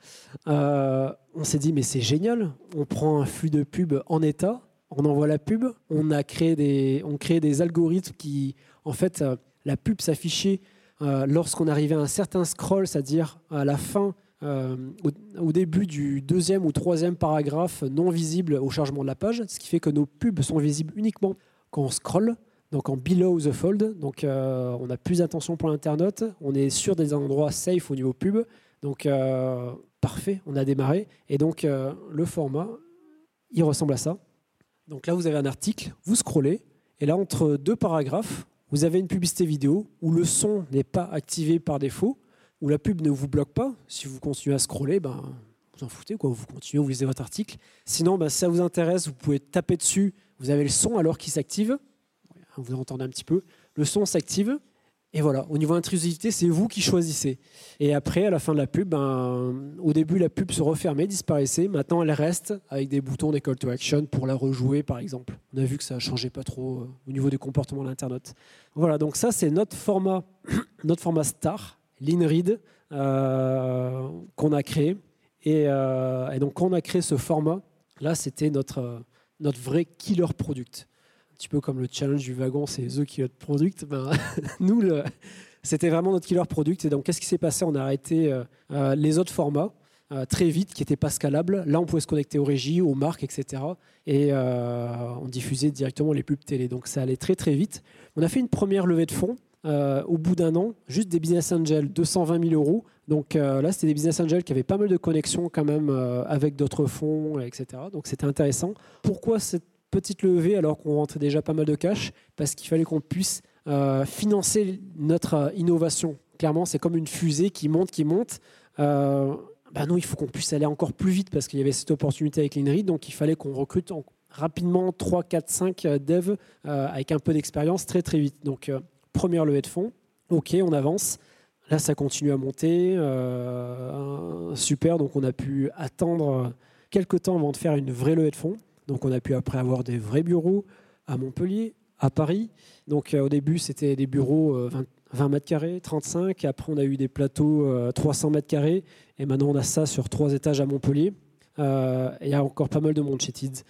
On s'est dit, mais c'est génial. On prend un flux de pub en état. On envoie la pub, on crée des algorithmes qui, en fait, la pub s'affichait lorsqu'on arrivait à un certain scroll, c'est-à-dire à la fin, au début du deuxième ou troisième paragraphe non visible au chargement de la page, ce qui fait que nos pubs sont visibles uniquement quand on scrolle, donc en below the fold. Donc on a plus d'attention pour l'internaute, on est sur des endroits safe au niveau pub. Donc parfait, on a démarré. Et donc le format, il ressemble à ça. Donc là, vous avez un article, vous scrollez, et là, entre deux paragraphes, vous avez une publicité vidéo où le son n'est pas activé par défaut, où la pub ne vous bloque pas. Si vous continuez à scroller, vous en foutez, quoi. Vous continuez, vous lisez votre article. Sinon, si ça vous intéresse, vous pouvez taper dessus. Vous avez le son alors qu'il s'active. Vous entendez un petit peu. Le son s'active. Et voilà, au niveau intrusivité, c'est vous qui choisissez. Et après, à la fin de la pub, au début, la pub se refermait, disparaissait. Maintenant, elle reste avec des boutons, des call to action pour la rejouer, par exemple. On a vu que ça ne changeait pas trop au niveau des comportements de l'internaute. Voilà, donc ça, c'est notre format star, l'InRead, qu'on a créé. Et donc, quand on a créé ce format, là, c'était notre vrai killer product. Un petit peu comme le challenge du wagon, c'est The Killer Product. Nous, c'était vraiment notre killer product. Et donc, qu'est-ce qui s'est passé? On a arrêté les autres formats très vite, qui n'étaient pas scalables. Là, on pouvait se connecter aux régies, aux marques, etc. Et on diffusait directement les pubs télé. Donc, ça allait très, très vite. On a fait une première levée de fonds au bout d'un an, juste des business angels, 220 000 euros. Donc là, c'était des business angels qui avaient pas mal de connexions quand même avec d'autres fonds, etc. Donc, c'était intéressant. Pourquoi cette petite levée alors qu'on rentrait déjà pas mal de cash? Parce qu'il fallait qu'on puisse financer notre innovation. Clairement, c'est comme une fusée qui monte. Nous, il faut qu'on puisse aller encore plus vite parce qu'il y avait cette opportunité avec l'InRead. Donc, il fallait qu'on recrute rapidement 3, 4, 5 devs avec un peu d'expérience très, très vite. Donc, première levée de fonds. OK, on avance. Là, ça continue à monter. Super. Donc, on a pu attendre quelques temps avant de faire une vraie levée de fonds. Donc, on a pu après avoir des vrais bureaux à Montpellier, à Paris. Donc, au début, c'était des bureaux 20 mètres carrés, 35. Après, on a eu des plateaux 300 mètres carrés. Et maintenant, on a ça sur 3 étages à Montpellier. Il y a encore pas mal de monde chez Tids.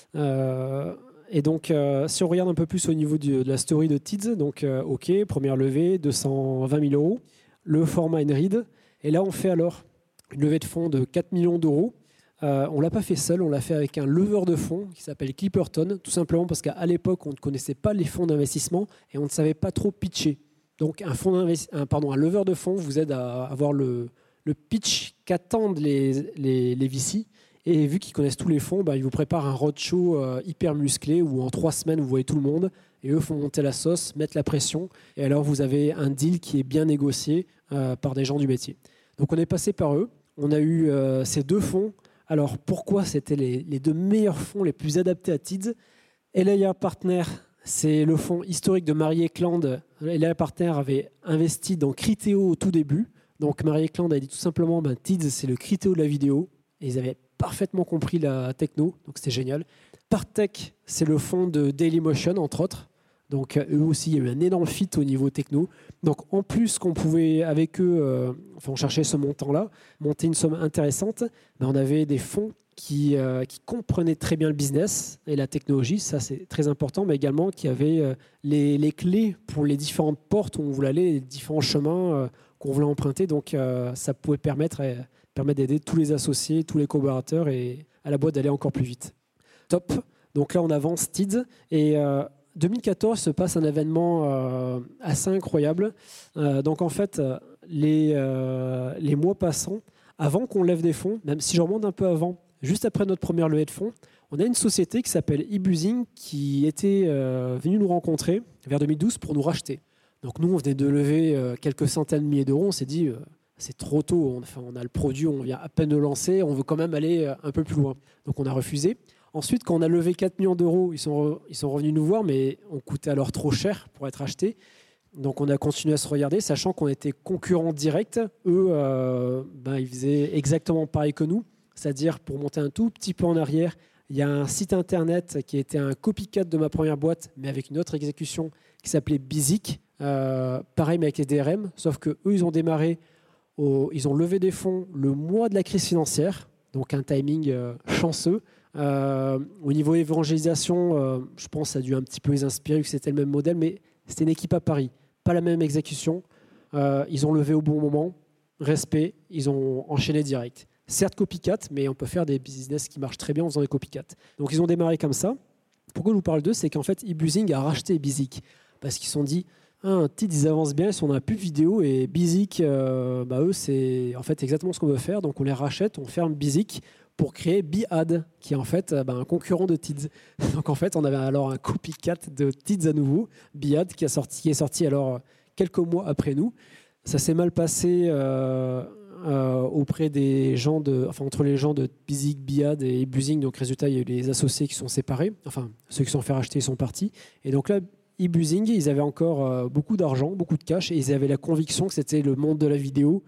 Et donc, si on regarde un peu plus au niveau de la story de Tids, donc, OK, première levée, 220 000 euros. Le format InRead. Et là, on fait alors une levée de fonds de 4 millions d'euros. On ne l'a pas fait seul, on l'a fait avec un leveur de fonds qui s'appelle Clipperton, tout simplement parce qu'à l'époque, on ne connaissait pas les fonds d'investissement et on ne savait pas trop pitcher. Donc un leveur de fonds vous aide à avoir le pitch qu'attendent les VC. Et vu qu'ils connaissent tous les fonds, ils vous préparent un roadshow hyper musclé où en 3 semaines, vous voyez tout le monde. Et eux font monter la sauce, mettre la pression. Et alors, vous avez un deal qui est bien négocié par des gens du métier. Donc, on est passé par eux. On a eu ces 2 fonds. Alors, pourquoi c'était les 2 meilleurs fonds les plus adaptés à Tids? Elia Partner, c'est le fonds historique de Marie Eklund. Elia Partner avait investi dans Criteo au tout début. Donc, Marie Eklund a dit tout simplement, Tids, c'est le Criteo de la vidéo. Et ils avaient parfaitement compris la techno, donc c'était génial. Partech, c'est le fonds de Dailymotion, entre autres. Donc, eux aussi, il y a eu un énorme fit au niveau techno. Donc, en plus qu'on pouvait, avec eux, on cherchait ce montant-là, monter une somme intéressante, on avait des fonds qui comprenaient très bien le business et la technologie, ça c'est très important, mais également qui avaient les clés pour les différentes portes où on voulait aller, les différents chemins qu'on voulait emprunter. Donc, ça pouvait permettre d'aider tous les associés, tous les collaborateurs et à la boîte d'aller encore plus vite. Top. Donc là, on avance Tids et 2014 se passe un événement assez incroyable. Donc en fait, les mois passant, avant qu'on lève des fonds, même si je remonte un peu avant, juste après notre première levée de fonds, on a une société qui s'appelle eBuzzing qui était venue nous rencontrer vers 2012 pour nous racheter. Donc nous, on venait de lever quelques centaines de milliers d'euros. On s'est dit, c'est trop tôt. On a le produit, on vient à peine de lancer. On veut quand même aller un peu plus loin. Donc on a refusé. Ensuite, quand on a levé 4 millions d'euros, ils sont revenus nous voir, mais on coûtait alors trop cher pour être acheté. Donc on a continué à se regarder, sachant qu'on était concurrents directs. Eux, ils faisaient exactement pareil que nous. C'est-à-dire, pour monter un tout petit peu en arrière, il y a un site internet qui était un copycat de ma première boîte, mais avec une autre exécution qui s'appelait Bizik. Pareil, mais avec les DRM, sauf qu'eux, ils ont démarré, ils ont levé des fonds le mois de la crise financière, donc un timing chanceux. Au niveau évangélisation, je pense que ça a dû un petit peu les inspirer, que c'était le même modèle, mais c'était une équipe à Paris, pas la même exécution. Ils ont levé au bon moment, respect, ils ont enchaîné direct. Certes copycat, mais on peut faire des business qui marchent très bien en faisant des copycats. Donc ils ont démarré comme ça. Pourquoi je vous parle d'eux, c'est qu'en fait, eBuzzing a racheté Bizik parce qu'ils se sont dit, ils avancent bien, ils sont dans la pub vidéo et Bizik, eux, c'est en fait exactement ce qu'on veut faire. Donc on les rachète, on ferme Bizik pour créer Bi-Ad, qui est en fait un concurrent de Tids. Donc en fait, on avait alors un copycat de Tids à nouveau, Bi-Ad, qui est sorti alors quelques mois après nous. Ça s'est mal passé auprès des gens entre les gens de Bizik, Bi-Ad et eBuzzing. Donc résultat, il y a eu les associés qui sont séparés. Enfin, ceux qui sont fait racheter sont partis. Et donc là, eBuzzing, ils avaient encore beaucoup d'argent, beaucoup de cash, et ils avaient la conviction que c'était le monde de la vidéo,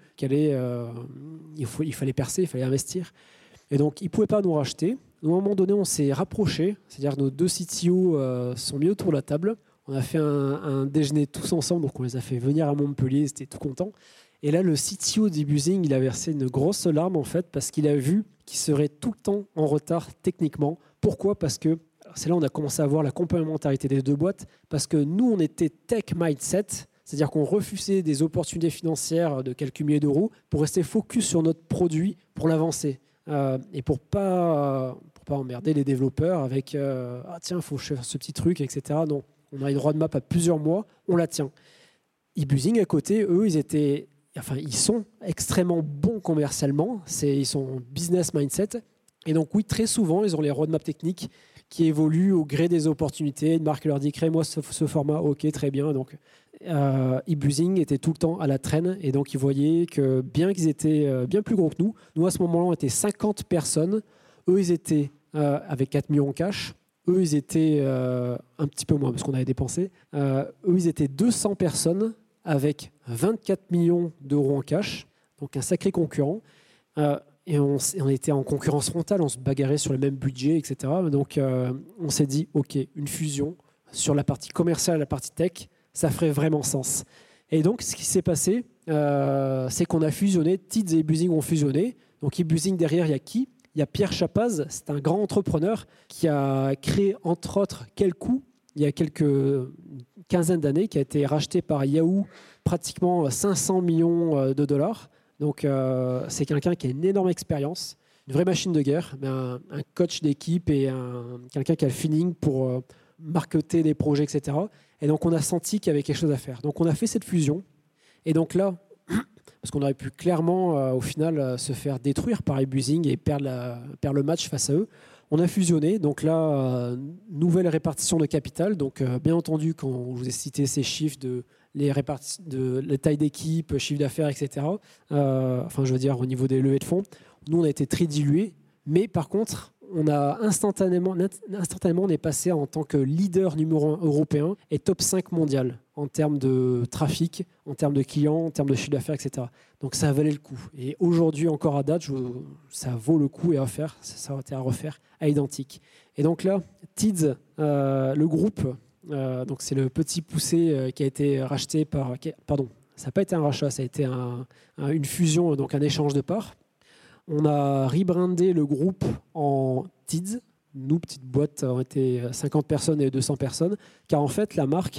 il fallait percer, il fallait investir. Et donc, ils ne pouvaient pas nous racheter. À un moment donné, on s'est rapprochés, c'est-à-dire nos deux CTO sont mis autour de la table. On a fait un déjeuner tous ensemble, donc on les a fait venir à Montpellier, ils étaient tout contents. Et là, le CTO d'eBuzzing, il a versé une grosse larme en fait, parce qu'il a vu qu'il serait tout le temps en retard techniquement. Pourquoi ? Parce que c'est là où on a commencé à voir la complémentarité des deux boîtes, parce que nous, on était tech mindset, c'est-à-dire qu'on refusait des opportunités financières de quelques milliers d'euros pour rester focus sur notre produit, pour l'avancer. Et pour pas emmerder les développeurs avec ah tiens, il faut faire ce petit truc, etc. Non, on a une roadmap à plusieurs mois, on la tient. eBuzzing à côté, eux, ils sont extrêmement bons commercialement, ils sont business mindset. Et donc oui, très souvent, ils ont les roadmaps techniques qui évoluent au gré des opportunités. Une marque leur dit crée-moi ce format, ok, très bien. Donc eBuzzing était tout le temps à la traîne et donc ils voyaient que bien qu'ils étaient bien plus gros que nous à ce moment-là on était 50 personnes, eux ils étaient avec 4 millions en cash, eux ils étaient un petit peu moins parce qu'on avait dépensé, eux ils étaient 200 personnes avec 24 millions d'euros en cash, donc un sacré concurrent. Et on était en concurrence frontale, on se bagarrait sur le même budget, etc. Donc on s'est dit, ok, une fusion sur la partie commerciale et la partie tech, ça ferait vraiment sens. Et donc ce qui s'est passé, c'est qu'on a fusionné, Teads et eBuzzing ont fusionné. Donc eBuzzing derrière, il y a qui ? Il y a Pierre Chapaz, c'est un grand entrepreneur qui a créé entre autres Quelcou, il y a quelques quinzaine d'années, qui a été racheté par Yahoo, pratiquement 500 millions de dollars. Donc, c'est quelqu'un qui a une énorme expérience, une vraie machine de guerre, mais un coach d'équipe et quelqu'un qui a le feeling pour marketer des projets, etc. Et donc, on a senti qu'il y avait quelque chose à faire. Donc, on a fait cette fusion. Et donc là, parce qu'on aurait pu clairement, au final, se faire détruire par eBuzzing et perdre le match face à eux, on a fusionné. Donc là, nouvelle répartition de capital. Donc, bien entendu, quand je vous ai cité ces chiffres de la taille d'équipe, chiffre d'affaires, etc. Enfin, je veux dire, au niveau des levées de fonds, nous, on a été très dilués. Mais par contre, on a instantanément, on est passé en tant que leader numéro 1 européen et top 5 mondial en termes de trafic, en termes de clients, en termes de chiffre d'affaires, etc. Donc, ça valait le coup. Et aujourd'hui, encore à date, ça vaut le coup et à faire. Ça aurait été à refaire à identique. Et donc là, Teads, le groupe... donc c'est le petit poussé qui a été racheté pardon, ça n'a pas été un rachat, ça a été une fusion, donc un échange de parts. On a rebrandé le groupe en Teads. Nous, petite boîte, on était 50 personnes et 200 personnes, car en fait, la marque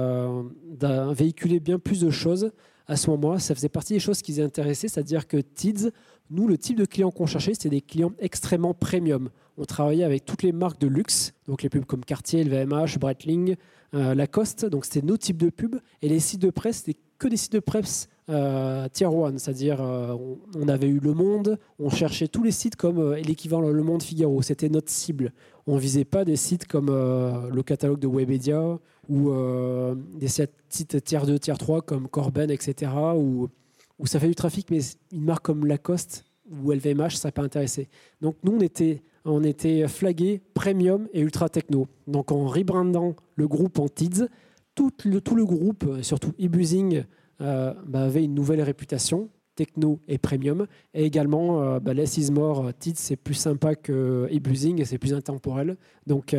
véhiculait bien plus de choses à ce moment-là. Ça faisait partie des choses qui les intéressaient, c'est-à-dire que Teads, nous, le type de clients qu'on cherchait, c'était des clients extrêmement premium. On travaillait avec toutes les marques de luxe, donc les pubs comme Cartier, LVMH, Breitling, Lacoste. Donc c'était nos types de pubs. Et les sites de presse, c'était que des sites de presse tier 1, c'est-à-dire on avait eu Le Monde, on cherchait tous les sites comme l'équivalent Le Monde, Figaro. C'était notre cible. On ne visait pas des sites comme le catalogue de Webedia ou des sites tier 2, tier 3 comme Corben, etc. où ça fait du trafic, mais une marque comme Lacoste ou LVMH, ça ne serait pas intéressé. Donc nous, on était flagués premium et ultra techno. Donc en rebrandant le groupe en Teads, tout le groupe, surtout eBuzzing, avait une nouvelle réputation, techno et premium. Et également, less is more, Teads, c'est plus sympa que eBuzzing et c'est plus intemporel. Donc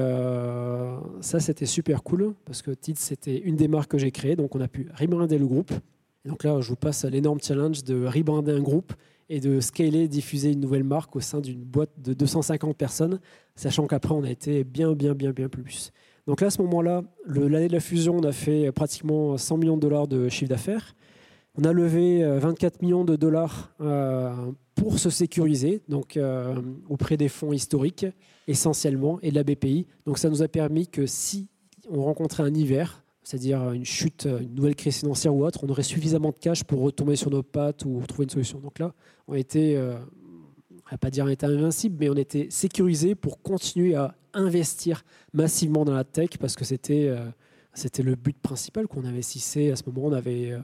ça, c'était super cool parce que Teads, c'était une des marques que j'ai créées. Donc on a pu rebrander le groupe. Et donc là, je vous passe l'énorme challenge de rebrander un groupe et de scaler, diffuser une nouvelle marque au sein d'une boîte de 250 personnes, sachant qu'après, on a été bien plus. Donc là, à ce moment-là, l'année de la fusion, on a fait pratiquement 100 millions de dollars de chiffre d'affaires. On a levé 24 millions de dollars pour se sécuriser, donc auprès des fonds historiques, essentiellement, et de la BPI. Donc ça nous a permis que si on rencontrait un hiver, c'est-à-dire une chute, une nouvelle crise financière ou autre, on aurait suffisamment de cash pour retomber sur nos pattes ou trouver une solution. Donc là, on était, on ne va pas dire on était invincible, mais on était sécurisé pour continuer à investir massivement dans la tech parce que c'était le but principal qu'on investissait. À ce moment, on avait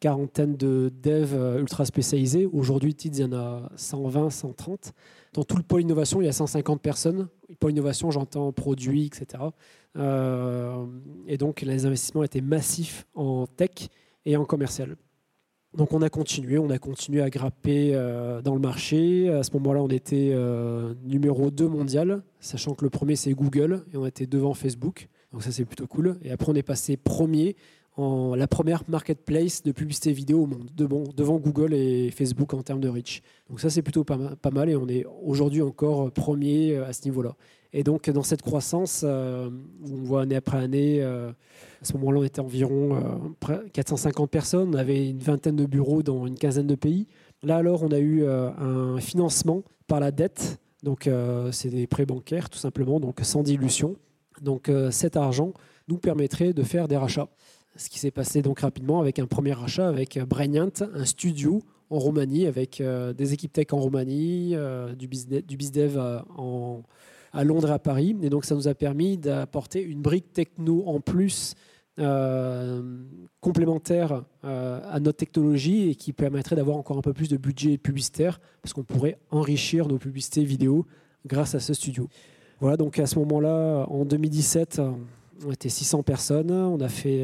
quarantaine de devs ultra spécialisés. Aujourd'hui, Teads, il y en a 120, 130. Dans tout le pôle innovation, il y a 150 personnes. Pôle innovation, j'entends produits, etc. Et donc, les investissements étaient massifs en tech et en commercial. Donc, on a continué à grapper dans le marché. À ce moment-là, on était numéro 2 mondial, sachant que le premier, c'est Google, et on était devant Facebook. Donc, ça, c'est plutôt cool. Et après, on est passé premier en la première marketplace de publicité vidéo au monde, devant Google et Facebook en termes de reach. Donc ça, c'est plutôt pas mal et on est aujourd'hui encore premier à ce niveau-là. Et donc, dans cette croissance, on voit année après année, à ce moment-là, on était environ 450 personnes, on avait une vingtaine de bureaux dans une quinzaine de pays. Là, alors, on a eu un financement par la dette, donc c'est des prêts bancaires, tout simplement, donc sans dilution. Donc cet argent nous permettrait de faire des rachats. Ce qui s'est passé donc rapidement avec un premier rachat avec Brainiant, un studio en Roumanie avec des équipes tech en Roumanie, du BizDev à Londres et à Paris. Et donc ça nous a permis d'apporter une brique techno en plus complémentaire à notre technologie et qui permettrait d'avoir encore un peu plus de budget publicitaire parce qu'on pourrait enrichir nos publicités vidéo grâce à ce studio. Voilà, donc à ce moment-là, en 2017, on était 600 personnes. On a fait,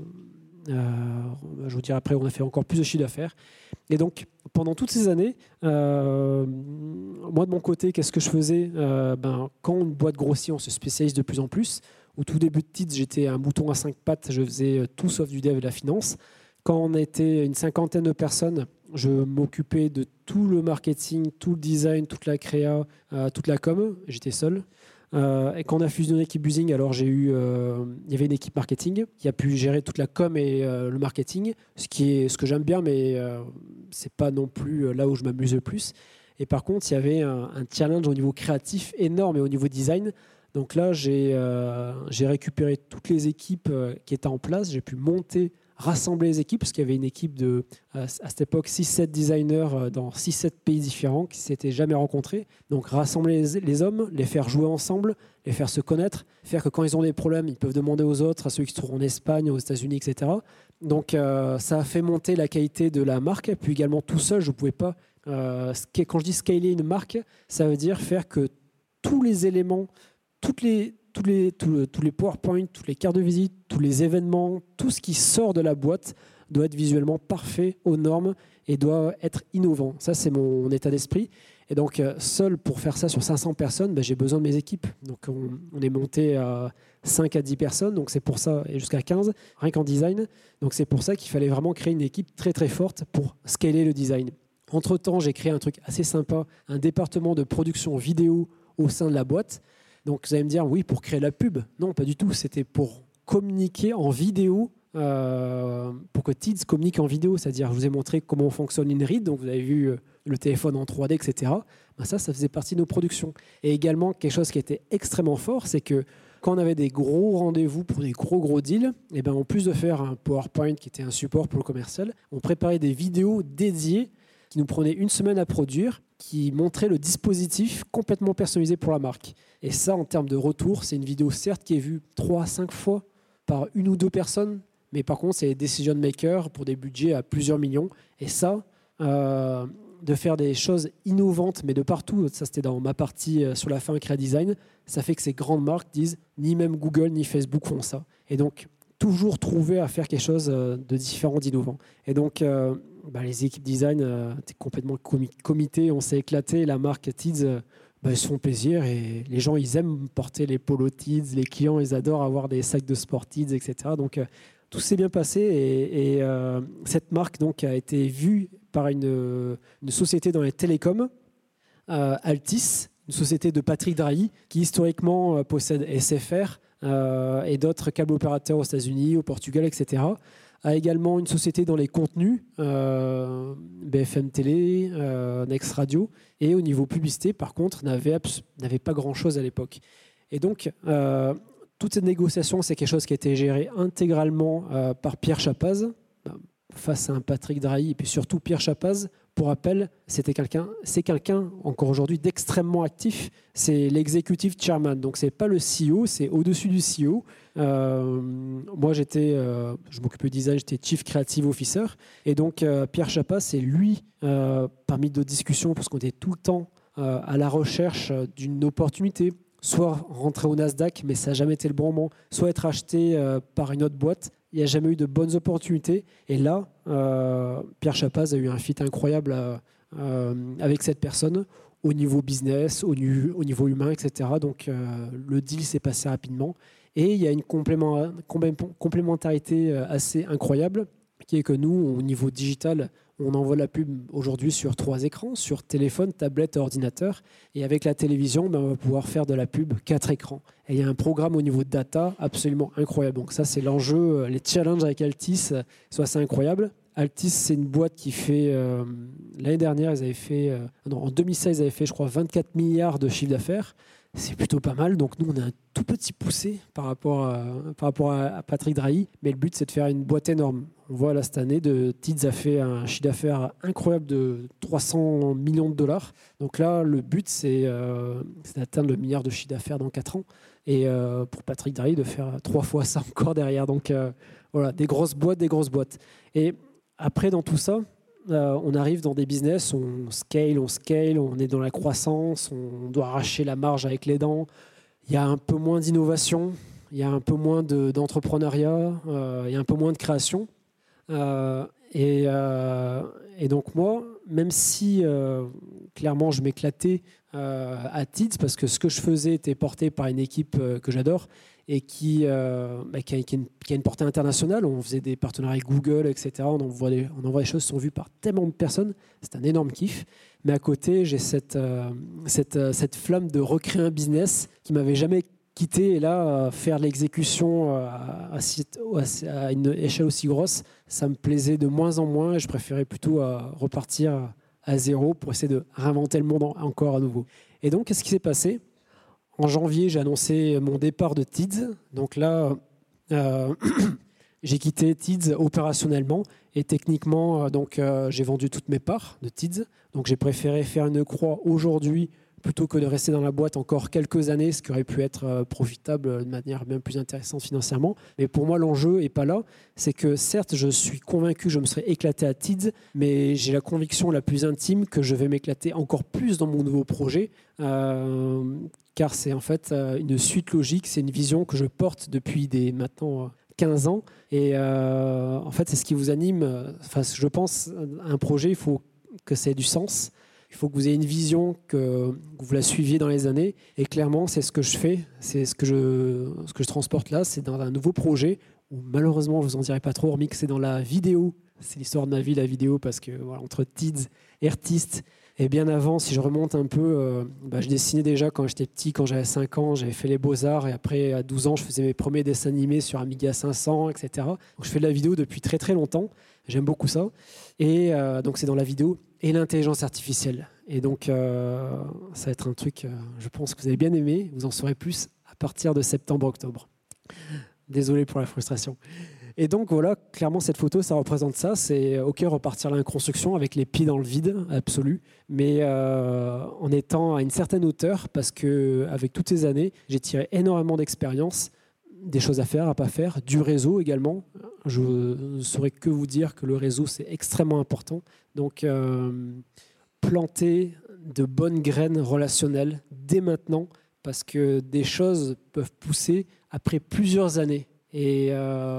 je vous dirai après, on a fait encore plus de chiffre d'affaires. Et donc, pendant toutes ces années, moi de mon côté, qu'est-ce que je faisais quand une boîte grossit, on se spécialise de plus en plus. Au tout début de Teads, j'étais un mouton à 5 pattes. Je faisais tout sauf du dev et de la finance. Quand on était une cinquantaine de personnes, je m'occupais de tout le marketing, tout le design, toute la créa, toute la com. J'étais seul. Et quand on a fusionné l'équipe Buzzing, alors il y avait une équipe marketing qui a pu gérer toute la com et le marketing, ce que j'aime bien, mais c'est pas non plus là où je m'amuse le plus. Et par contre, il y avait un challenge au niveau créatif énorme et au niveau design. Donc là, j'ai récupéré toutes les équipes qui étaient en place. J'ai pu rassembler les équipes, parce qu'il y avait une équipe à cette époque, 6-7 designers dans 6-7 pays différents qui ne s'étaient jamais rencontrés. Donc rassembler les hommes, les faire jouer ensemble, les faire se connaître, faire que quand ils ont des problèmes, ils peuvent demander aux autres, à ceux qui se trouvent en Espagne, aux États-Unis, etc. Donc ça a fait monter la qualité de la marque. Puis également tout seul, je ne pouvais pas... quand je dis scaler une marque, ça veut dire faire que tous les éléments, tous les PowerPoint, toutes les cartes de visite, tous les événements, tout ce qui sort de la boîte doit être visuellement parfait, aux normes et doit être innovant. Ça, c'est mon état d'esprit. Et donc, seul pour faire ça sur 500 personnes, j'ai besoin de mes équipes. Donc, on est monté à 5 à 10 personnes, donc c'est pour ça, et jusqu'à 15, rien qu'en design. Donc, c'est pour ça qu'il fallait vraiment créer une équipe très, très forte pour scaler le design. Entre-temps, j'ai créé un truc assez sympa, un département de production vidéo au sein de la boîte. Donc vous allez me dire, oui, pour créer la pub. Non, pas du tout. C'était pour communiquer en vidéo, pour que Teads communique en vidéo. C'est-à-dire, je vous ai montré comment fonctionne InRead. Donc vous avez vu le téléphone en 3D, etc. Ça faisait partie de nos productions. Et également, quelque chose qui était extrêmement fort, c'est que quand on avait des gros rendez-vous pour des gros deals, et en plus de faire un PowerPoint qui était un support pour le commercial, on préparait des vidéos dédiées qui nous prenaient 1 semaine à produire, qui montraient le dispositif complètement personnalisé pour la marque. Et ça, en termes de retour, c'est une vidéo certes qui est vue 3 à 5 fois par 1 ou 2 personnes, mais par contre, c'est les decision makers pour des budgets à plusieurs millions. Et ça, de faire des choses innovantes, mais de partout, ça c'était dans ma partie sur la fin Créa Design, ça fait que ces grandes marques disent ni même Google ni Facebook font ça. Et donc, toujours trouver à faire quelque chose de différent, d'innovant. Et donc, les équipes design étaient complètement commitées, on s'est éclaté. La marque Teads, ils se font plaisir et les gens, ils aiment porter les polos Teads. Les clients, ils adorent avoir des sacs de sport Teads, etc. Donc, tout s'est bien passé et cette marque donc, a été vue par une société dans les télécoms, Altis, une société de Patrick Drahi, qui historiquement possède SFR, et d'autres câbles opérateurs aux États-Unis, au Portugal, etc. A également une société dans les contenus, BFM Télé, Next Radio, et au niveau publicité, par contre, n'avait pas grand-chose à l'époque. Et donc, toute cette négociation, c'est quelque chose qui a été géré intégralement par Pierre Chapaz, face à un Patrick Drahi, et puis surtout Pierre Chapaz, pour rappel, c'est quelqu'un encore aujourd'hui d'extrêmement actif. C'est l'executive chairman. Donc, ce n'est pas le CEO, c'est au-dessus du CEO. Moi, je m'occupais du design, j'étais Chief Creative Officer. Et donc, Pierre Chapa, c'est lui, parmi d'autres discussions, parce qu'on était tout le temps à la recherche d'une opportunité, soit rentrer au Nasdaq, mais ça n'a jamais été le bon moment, soit être acheté par une autre boîte. Il n'y a jamais eu de bonnes opportunités. Et là, Pierre Chapaz a eu un fit incroyable avec cette personne au niveau business, au niveau humain, etc. Donc, le deal s'est passé rapidement. Et il y a une complémentarité assez incroyable, qui est que nous, au niveau digital, on envoie la pub aujourd'hui sur 3 écrans, sur téléphone, tablette et ordinateur. Et avec la télévision, on va pouvoir faire de la pub 4 écrans. Et il y a un programme au niveau de data absolument incroyable. Donc ça, c'est l'enjeu. Les challenges avec Altis sont assez incroyables. Altis, c'est une boîte qui fait... l'année dernière, en 2016, ils avaient fait, je crois, 24 milliards de chiffre d'affaires. C'est plutôt pas mal. Donc nous, on a un tout petit poussé par rapport à Patrick Drahi. Mais le but, c'est de faire une boîte énorme. On voit là, cette année, Tids a fait un chiffre d'affaires incroyable de 300 millions de dollars. Donc là, le but, c'est d'atteindre le milliard de chiffre d'affaires dans 4 ans. Et pour Patrick Drahi, de faire 3 fois ça encore derrière. Donc voilà, des grosses boîtes. Et après, dans tout ça, on arrive dans des business, on scale, on est dans la croissance, on doit arracher la marge avec les dents. Il y a un peu moins d'innovation, il y a un peu moins d'entrepreneuriat, il y a un peu moins de création. Et donc moi, même si clairement je m'éclatais à Tids, parce que ce que je faisais était porté par une équipe que j'adore et qui a une portée internationale. On faisait des partenariats avec Google, etc. On envoie des choses qui sont vues par tellement de personnes. C'est un énorme kiff. Mais à côté, j'ai cette flamme de recréer un business qui m'avait jamais quitté. Et là, faire l'exécution à une échelle aussi grosse, ça me plaisait de moins en moins. Et je préférais plutôt repartir à zéro pour essayer de réinventer le monde encore à nouveau. Et donc, qu'est-ce qui s'est passé ? En janvier, j'ai annoncé mon départ de Tids. Donc là, j'ai quitté Tids opérationnellement et techniquement, j'ai vendu toutes mes parts de Tids. Donc j'ai préféré faire une croix aujourd'hui plutôt que de rester dans la boîte encore quelques années, ce qui aurait pu être profitable de manière bien plus intéressante financièrement. Mais pour moi, l'enjeu n'est pas là. C'est que certes, je suis convaincu que je me serais éclaté à Tids, mais j'ai la conviction la plus intime que je vais m'éclater encore plus dans mon nouveau projet, car c'est en fait une suite logique, c'est une vision que je porte depuis maintenant 15 ans. Et en fait, c'est ce qui vous anime. Enfin, je pense, un projet, il faut que ça ait du sens. Il faut que vous ayez une vision, que vous la suiviez dans les années. Et clairement, c'est ce que je fais, c'est ce que je transporte là. C'est dans un nouveau projet où malheureusement, je ne vous en dirai pas trop, hormis que c'est dans la vidéo. C'est l'histoire de ma vie, la vidéo, parce que voilà, entre Tids et Artiste, et bien avant, si je remonte un peu, je dessinais déjà quand j'étais petit, quand j'avais 5 ans, j'avais fait les Beaux-Arts. Et après, à 12 ans, je faisais mes premiers dessins animés sur Amiga 500, etc. Donc, je fais de la vidéo depuis très très longtemps. J'aime beaucoup ça. Et donc, c'est dans la vidéo et l'intelligence artificielle. Et donc, ça va être un truc, je pense que vous allez bien aimer. Vous en saurez plus à partir de septembre-octobre. Désolé pour la frustration. Et donc, voilà, clairement, cette photo, ça représente ça. C'est OK, repartir à la construction avec les pieds dans le vide, absolu, mais en étant à une certaine hauteur, parce qu'avec toutes ces années, j'ai tiré énormément d'expérience, des choses à faire, à pas faire, du réseau également. Je ne saurais que vous dire que le réseau, c'est extrêmement important. Donc, planter de bonnes graines relationnelles dès maintenant, parce que des choses peuvent pousser après plusieurs années. Et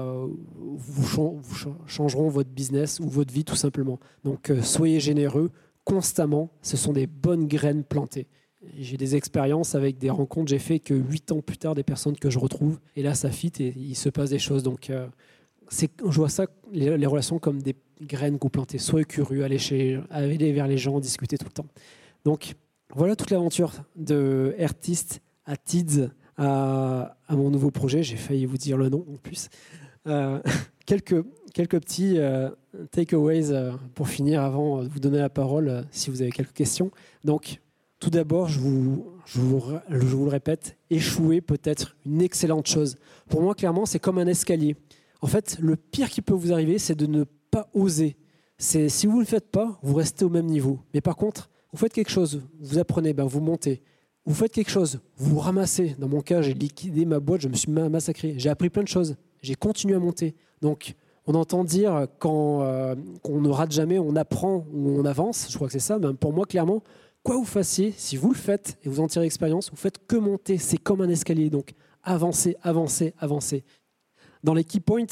vous changeront votre business ou votre vie tout simplement. Donc soyez généreux constamment, ce sont des bonnes graines plantées. J'ai des expériences avec des rencontres, j'ai fait que 8 ans plus tard des personnes que je retrouve, et là ça fit et il se passe des choses. Donc je vois ça, les relations comme des graines que vous plantez. Soyez curieux, allez vers les gens, discutez tout le temps. Donc voilà toute l'aventure de Artist à Tids, à mon nouveau projet. J'ai failli vous dire le nom en plus. Quelques petits takeaways pour finir avant de vous donner la parole si vous avez quelques questions. Donc, tout d'abord, je vous le répète, échouer peut être une excellente chose. Pour moi, clairement, c'est comme un escalier. En fait, le pire qui peut vous arriver, c'est de ne pas oser. c'est si vous ne le faites pas, vous restez au même niveau. Mais par contre, vous faites quelque chose, vous apprenez, vous montez. Vous faites quelque chose, vous ramassez. Dans mon cas, j'ai liquidé ma boîte, je me suis massacré. J'ai appris plein de choses, j'ai continué à monter. Donc, on entend dire qu'on ne rate jamais, on apprend ou on avance. Je crois que c'est ça. Mais pour moi, clairement, quoi vous fassiez, si vous le faites et vous en tirez expérience, vous faites que monter. C'est comme un escalier. Donc, avancez, avancez, avancez. Dans les key points,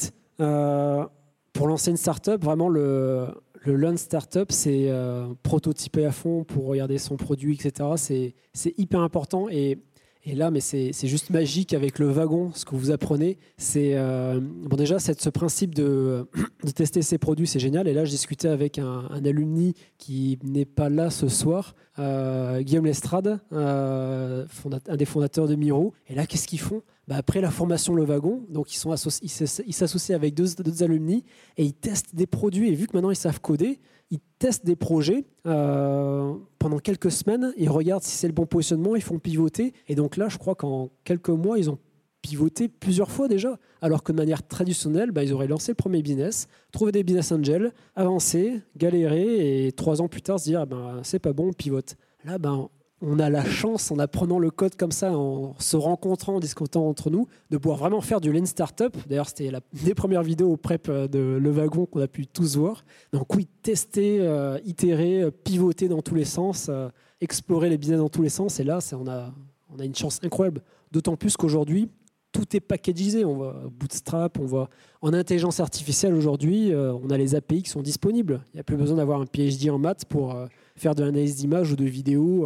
pour lancer une startup, vraiment le Learn Startup, c'est prototyper à fond pour regarder son produit, etc. C'est hyper important. Et là, mais c'est juste magique avec le wagon, ce que vous apprenez. C'est déjà, ce principe de tester ses produits, c'est génial. Et là, je discutais avec un alumni qui n'est pas là ce soir, Guillaume Lestrade, un des fondateurs de Miro. Et là, qu'est-ce qu'ils font ? Après la formation Le Wagon, donc ils s'associent avec d'autres alumni et ils testent des produits. Et vu que maintenant ils savent coder, ils testent des projets pendant quelques semaines. Ils regardent si c'est le bon positionnement, ils font pivoter. Et donc là, je crois qu'en quelques mois, ils ont pivoté plusieurs fois déjà. Alors que de manière traditionnelle, ils auraient lancé le premier business, trouvé des business angels, avancé, galéré et 3 ans plus tard se dire c'est pas bon, on pivote. Là, on a la chance, en apprenant le code comme ça, en se rencontrant, en discutant entre nous, de pouvoir vraiment faire du Lean Startup. D'ailleurs, c'était des premières vidéos au prep de Le Wagon qu'on a pu tous voir. Donc oui, tester, itérer, pivoter dans tous les sens, explorer les business dans tous les sens. Et là, on a une chance incroyable. D'autant plus qu'aujourd'hui, tout est packagisé. On va Bootstrap, on va en intelligence artificielle aujourd'hui, on a les API qui sont disponibles. Il n'y a plus besoin d'avoir un PhD en maths pour faire de l'analyse d'image ou de vidéo.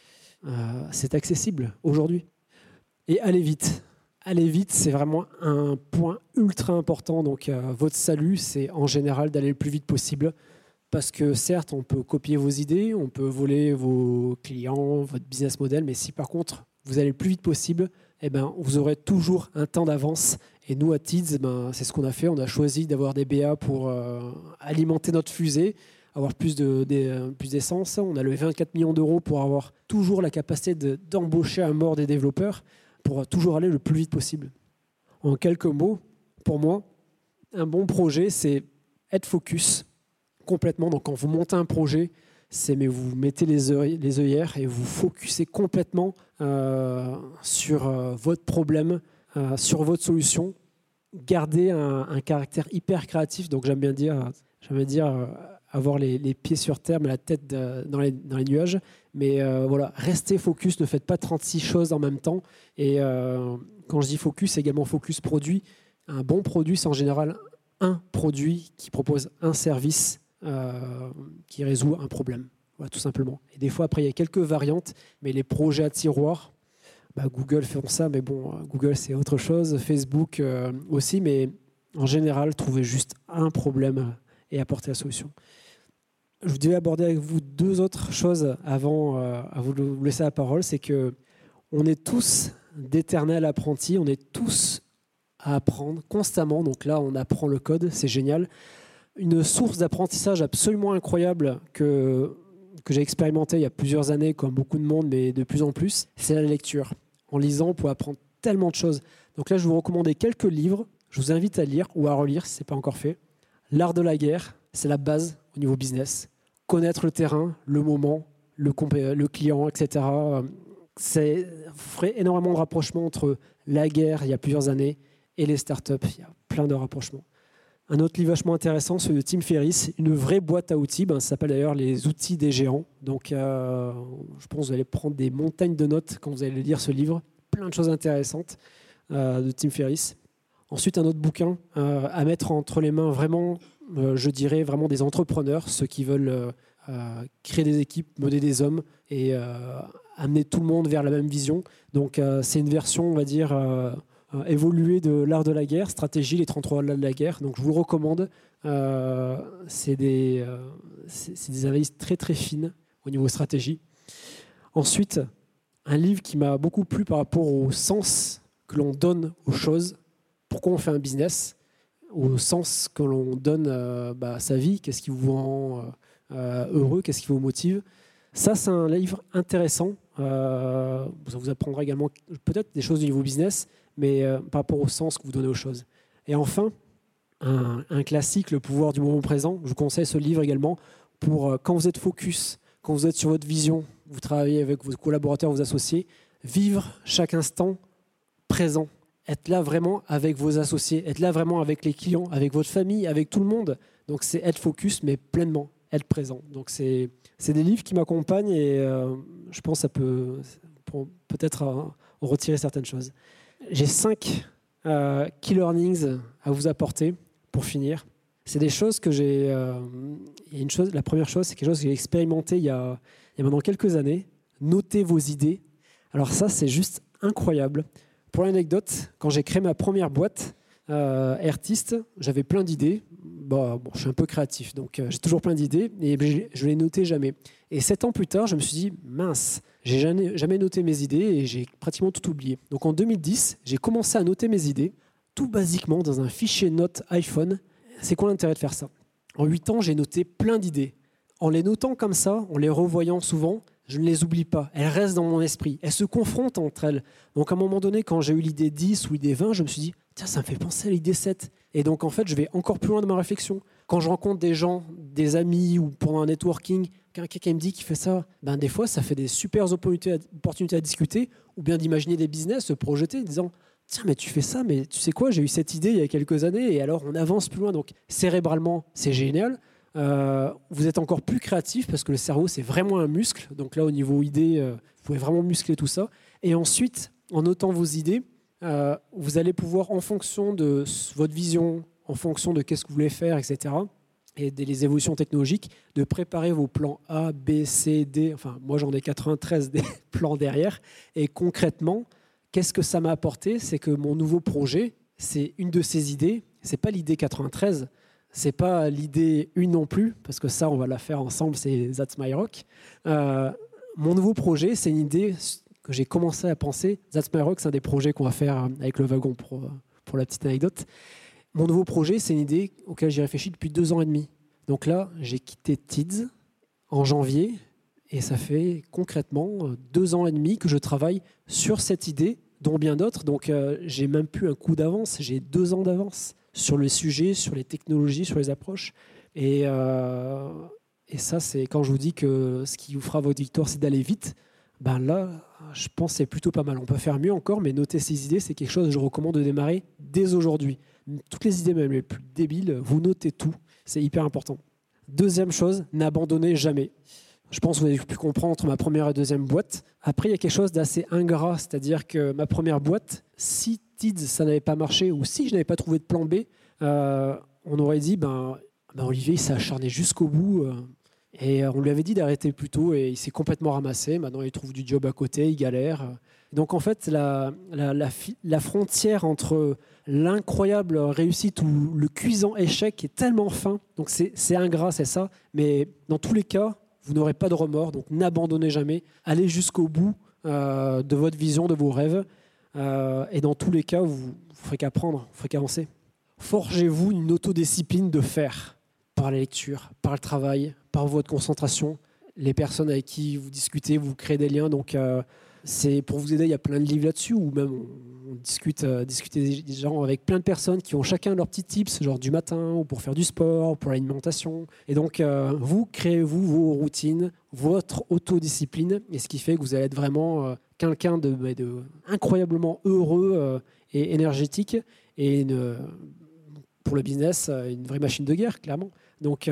C'est accessible aujourd'hui. Et allez vite. Aller vite, c'est vraiment un point ultra important. Donc, votre salut, c'est en général d'aller le plus vite possible. Parce que certes, on peut copier vos idées, on peut voler vos clients, votre business model, mais si par contre, vous allez le plus vite possible, vous aurez toujours un temps d'avance. Et nous, à Tids, c'est ce qu'on a fait. On a choisi d'avoir des BA pour alimenter notre fusée, avoir plus d'essence. On a levé 24 millions d'euros pour avoir toujours la capacité d'embaucher à mort des développeurs pour toujours aller le plus vite possible. En quelques mots, pour moi, un bon projet, c'est être focus complètement. Donc, quand vous montez un projet, vous mettez les œillères et vous focussez complètement sur votre problème, sur votre solution. Gardez un caractère hyper créatif. Donc, j'aime bien dire avoir les pieds sur terre, mais la tête dans les nuages. Mais voilà, restez focus, ne faites pas 36 choses en même temps. Et quand je dis focus, c'est également focus produit. Un bon produit, c'est en général un produit qui propose un service qui résout un problème. Voilà, tout simplement. Et des fois, après, il y a quelques variantes, mais les projets à tiroir, Google fait ça, mais bon, Google, c'est autre chose. Facebook aussi, mais en général, trouvez juste un problème et apporter la solution. Je devais aborder avec vous 2 autres choses avant à vous laisser la parole. C'est qu'on est tous d'éternels apprentis, on est tous à apprendre constamment. Donc là, on apprend le code, c'est génial. Une source d'apprentissage absolument incroyable que j'ai expérimenté il y a plusieurs années, comme beaucoup de monde, mais de plus en plus, c'est la lecture. En lisant, on peut apprendre tellement de choses. Donc là, je vais vous recommander quelques livres. Je vous invite à lire ou à relire si ce n'est pas encore fait. L'art de la guerre, c'est la base au niveau business. Connaître le terrain, le moment, le client, etc. Vous ferez énormément de rapprochements entre la guerre, il y a plusieurs années, et les startups. Il y a plein de rapprochements. Un autre livre vachement intéressant, celui de Tim Ferriss, une vraie boîte à outils. Ça s'appelle d'ailleurs Les outils des géants. Donc, je pense que vous allez prendre des montagnes de notes quand vous allez lire ce livre. Plein de choses intéressantes de Tim Ferriss. Ensuite, un autre bouquin à mettre entre les mains vraiment, je dirais, vraiment des entrepreneurs, ceux qui veulent créer des équipes, mener des hommes et amener tout le monde vers la même vision. Donc, c'est une version, on va dire, évoluée de l'art de la guerre, stratégie, les 33 lois de la guerre. Donc, je vous le recommande. C'est des analyses très, très fines au niveau stratégie. Ensuite, un livre qui m'a beaucoup plu par rapport au sens que l'on donne aux choses. Pourquoi on fait un business, au sens que l'on donne à sa vie, qu'est-ce qui vous rend heureux, qu'est-ce qui vous motive. Ça, c'est un livre intéressant. Ça vous apprendra également peut-être des choses du niveau business, mais par rapport au sens que vous donnez aux choses. Et enfin, un classique, Le pouvoir du moment présent. Je vous conseille ce livre également pour quand vous êtes focus, quand vous êtes sur votre vision, vous travaillez avec vos collaborateurs, vos associés, vivre chaque instant présent. Être là vraiment avec vos associés, être là vraiment avec les clients, avec votre famille, avec tout le monde. Donc c'est être focus, mais pleinement, être présent. Donc c'est des livres qui m'accompagnent et je pense que ça peut peut-être en retirer certaines choses. J'ai 5 key learnings à vous apporter pour finir. C'est des choses que j'ai... il y a une chose, la première chose, c'est quelque chose que j'ai expérimenté il y a maintenant quelques années. Notez vos idées. Alors ça, c'est juste incroyable. Pour l'anecdote, quand j'ai créé ma première boîte, Artist, j'avais plein d'idées. Je suis un peu créatif, donc j'ai toujours plein d'idées et je ne les notais jamais. Et 7 ans plus tard, je me suis dit, mince, j'ai jamais noté mes idées et j'ai pratiquement tout oublié. Donc en 2010, j'ai commencé à noter mes idées, tout basiquement dans un fichier notes iPhone. C'est quoi l'intérêt de faire ça? En 8 ans, j'ai noté plein d'idées. En les notant comme ça, en les revoyant souvent, je ne les oublie pas. Elles restent dans mon esprit. Elles se confrontent entre elles. Donc à un moment donné, quand j'ai eu l'idée 10 ou l'idée 20, je me suis dit, tiens, ça me fait penser à l'idée 7. Et donc en fait, je vais encore plus loin de ma réflexion. Quand je rencontre des gens, des amis ou pendant un networking, quelqu'un qui me dit qu'il fait ça, des fois, ça fait des super opportunités à discuter ou bien d'imaginer des business, se projeter en disant, tiens, mais tu fais ça, mais tu sais quoi, j'ai eu cette idée il y a quelques années et alors on avance plus loin. Donc cérébralement, c'est génial. Vous êtes encore plus créatif parce que le cerveau, c'est vraiment un muscle. Donc là, au niveau idée, vous pouvez vraiment muscler tout ça. Et ensuite, en notant vos idées, vous allez pouvoir, en fonction de votre vision, en fonction de qu'est-ce que vous voulez faire, etc., et des évolutions technologiques, de préparer vos plans A, B, C, D. Enfin, moi, j'en ai 93 des plans derrière. Et concrètement, qu'est-ce que ça m'a apporté? C'est que mon nouveau projet, c'est une de ces idées. C'est pas l'idée 93. C'est pas l'idée 1 non plus, parce que ça, on va la faire ensemble, c'est That's My Rock. Mon nouveau projet, c'est une idée que j'ai commencé à penser. That's My Rock, c'est un des projets qu'on va faire avec le wagon, pour la petite anecdote. Mon nouveau projet, c'est une idée auquel j'ai réfléchi depuis 2 ans et demi. Donc là, j'ai quitté Tids en janvier, et ça fait concrètement 2 ans et demi que je travaille sur cette idée, dont bien d'autres. Donc j'ai même plus un coup d'avance, j'ai 2 ans d'avance sur le sujet, sur les technologies, sur les approches. Et ça, c'est quand je vous dis que ce qui vous fera votre victoire, c'est d'aller vite. Là, je pense que c'est plutôt pas mal. On peut faire mieux encore, mais noter ces idées, c'est quelque chose que je recommande de démarrer dès aujourd'hui. Toutes les idées, même les plus débiles, vous notez tout. C'est hyper important. Deuxième chose, n'abandonnez jamais. Je pense que vous avez pu comprendre entre ma première et deuxième boîte. Après, il y a quelque chose d'assez ingrat, c'est-à-dire que ma première boîte, si Tids, ça n'avait pas marché, ou si je n'avais pas trouvé de plan B, on aurait dit, Olivier, il s'est acharné jusqu'au bout, et on lui avait dit d'arrêter plus tôt, et il s'est complètement ramassé. Maintenant, il trouve du job à côté, il galère. Donc, en fait, la frontière entre l'incroyable réussite ou le cuisant échec est tellement fin. Donc, c'est ingrat, c'est ça. Mais dans tous les cas, vous n'aurez pas de remords, donc n'abandonnez jamais. Allez jusqu'au bout de votre vision, de vos rêves. Et dans tous les cas, vous ne ferez qu'apprendre, vous ne ferez qu'avancer. Forgez-vous une autodiscipline de faire, par la lecture, par le travail, par votre concentration. Les personnes avec qui vous discutez, vous créez des liens. Donc, c'est pour vous aider, il y a plein de livres là-dessus, ou même on discute des gens avec plein de personnes qui ont chacun leurs petits tips, genre du matin, ou pour faire du sport, pour l'alimentation. Et donc, vous créez-vous vos routines, votre autodiscipline, et ce qui fait que vous allez être vraiment quelqu'un de incroyablement heureux et énergétique, et pour le business, une vraie machine de guerre, clairement. Donc,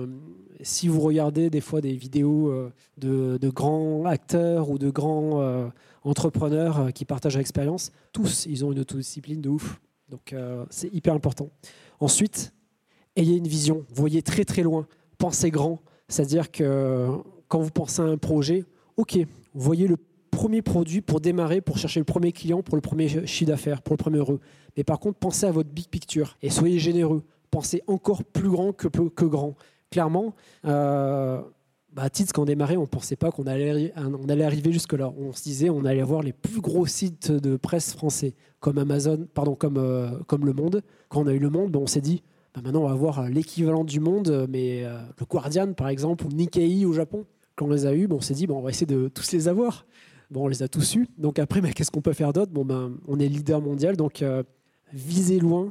si vous regardez des fois des vidéos de grands acteurs ou de grands entrepreneurs qui partagent leur expérience, tous, ils ont une autodiscipline de ouf. Donc, c'est hyper important. Ensuite, ayez une vision. Voyez très, très loin. Pensez grand. C'est-à-dire que quand vous pensez à un projet, OK, voyez le premier produit pour démarrer, pour chercher le premier client, pour le premier chiffre d'affaires, pour le premier heureux. Mais par contre, pensez à votre big picture et soyez généreux. Pensez encore plus grand que grand. Clairement, Tids, quand on démarrait, on ne pensait pas qu'on allait arriver jusque-là. On se disait on allait avoir les plus gros sites de presse français, comme Amazon, comme Le Monde. Quand on a eu Le Monde, on s'est dit maintenant on va avoir l'équivalent du Monde, mais le Guardian par exemple, ou Nikkei au Japon. Quand on les a eus, on s'est dit on va essayer de tous les avoir. On les a tous eus. Donc après, qu'est-ce qu'on peut faire d'autre? On est leader mondial, donc visez loin.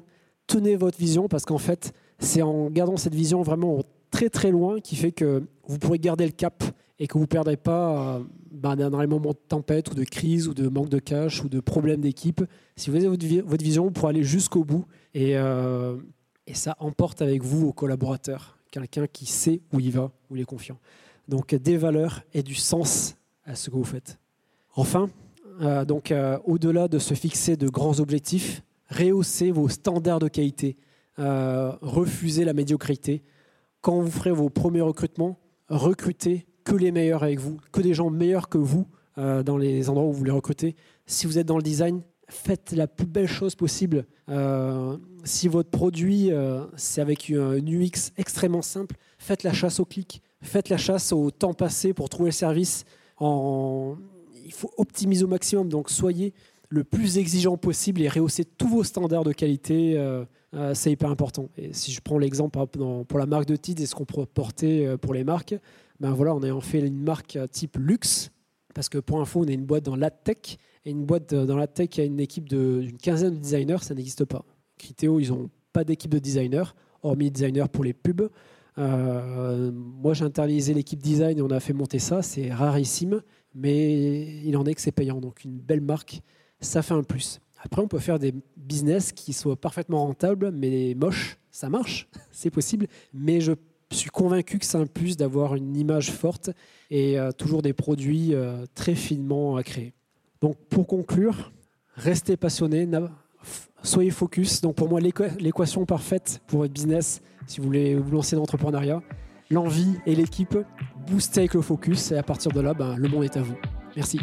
tenez votre vision parce qu'en fait, c'est en gardant cette vision vraiment très très loin qui fait que vous pourrez garder le cap et que vous ne perdrez pas dans les moments de tempête ou de crise ou de manque de cash ou de problème d'équipe. Si vous avez votre vision, vous pourrez aller jusqu'au bout et ça emporte avec vous vos collaborateurs, quelqu'un qui sait où il va, où il est confiant. Donc des valeurs et du sens à ce que vous faites. Enfin, au-delà de se fixer de grands objectifs, rehaussez vos standards de qualité, refusez la médiocrité. Quand vous ferez vos premiers recrutements, recrutez que les meilleurs avec vous, que des gens meilleurs que vous dans les endroits où vous les recrutez. Si vous êtes dans le design, faites la plus belle chose possible. Si votre produit, c'est avec une UX extrêmement simple, faites la chasse au clic, faites la chasse au temps passé pour trouver le service. Il faut optimiser au maximum, donc soyez le plus exigeant possible et rehaussez tous vos standards de qualité. C'est hyper important. Et si je prends l'exemple pour la marque de Tids et ce qu'on peut porter pour les marques, on a fait une marque type luxe, parce que pour info, on est une boîte dans l'adtech, et une boîte dans l'adtech qui a une équipe d'une quinzaine de designers, ça n'existe pas. Criteo, ils n'ont pas d'équipe de designers, hormis designers pour les pubs. Moi, j'ai internalisé l'équipe design et on a fait monter ça. C'est rarissime, mais il en est que c'est payant. Donc, une belle marque, ça fait un plus. Après, on peut faire des business qui soient parfaitement rentables, mais moches. Ça marche, c'est possible. Mais je suis convaincu que c'est un plus d'avoir une image forte et toujours des produits très finement à créer. Donc, pour conclure, restez passionnés, soyez focus. Donc, pour moi, l'équation parfaite pour votre business, si vous voulez vous lancer dans l'entrepreneuriat, l'envie et l'équipe, boostez avec le focus. Et à partir de là, le monde est à vous. Merci.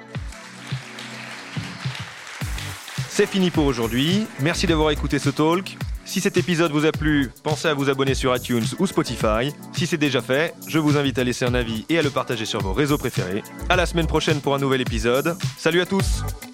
C'est fini pour aujourd'hui. Merci d'avoir écouté ce talk. Si cet épisode vous a plu, pensez à vous abonner sur iTunes ou Spotify. Si c'est déjà fait, je vous invite à laisser un avis et à le partager sur vos réseaux préférés. À la semaine prochaine pour un nouvel épisode. Salut à tous!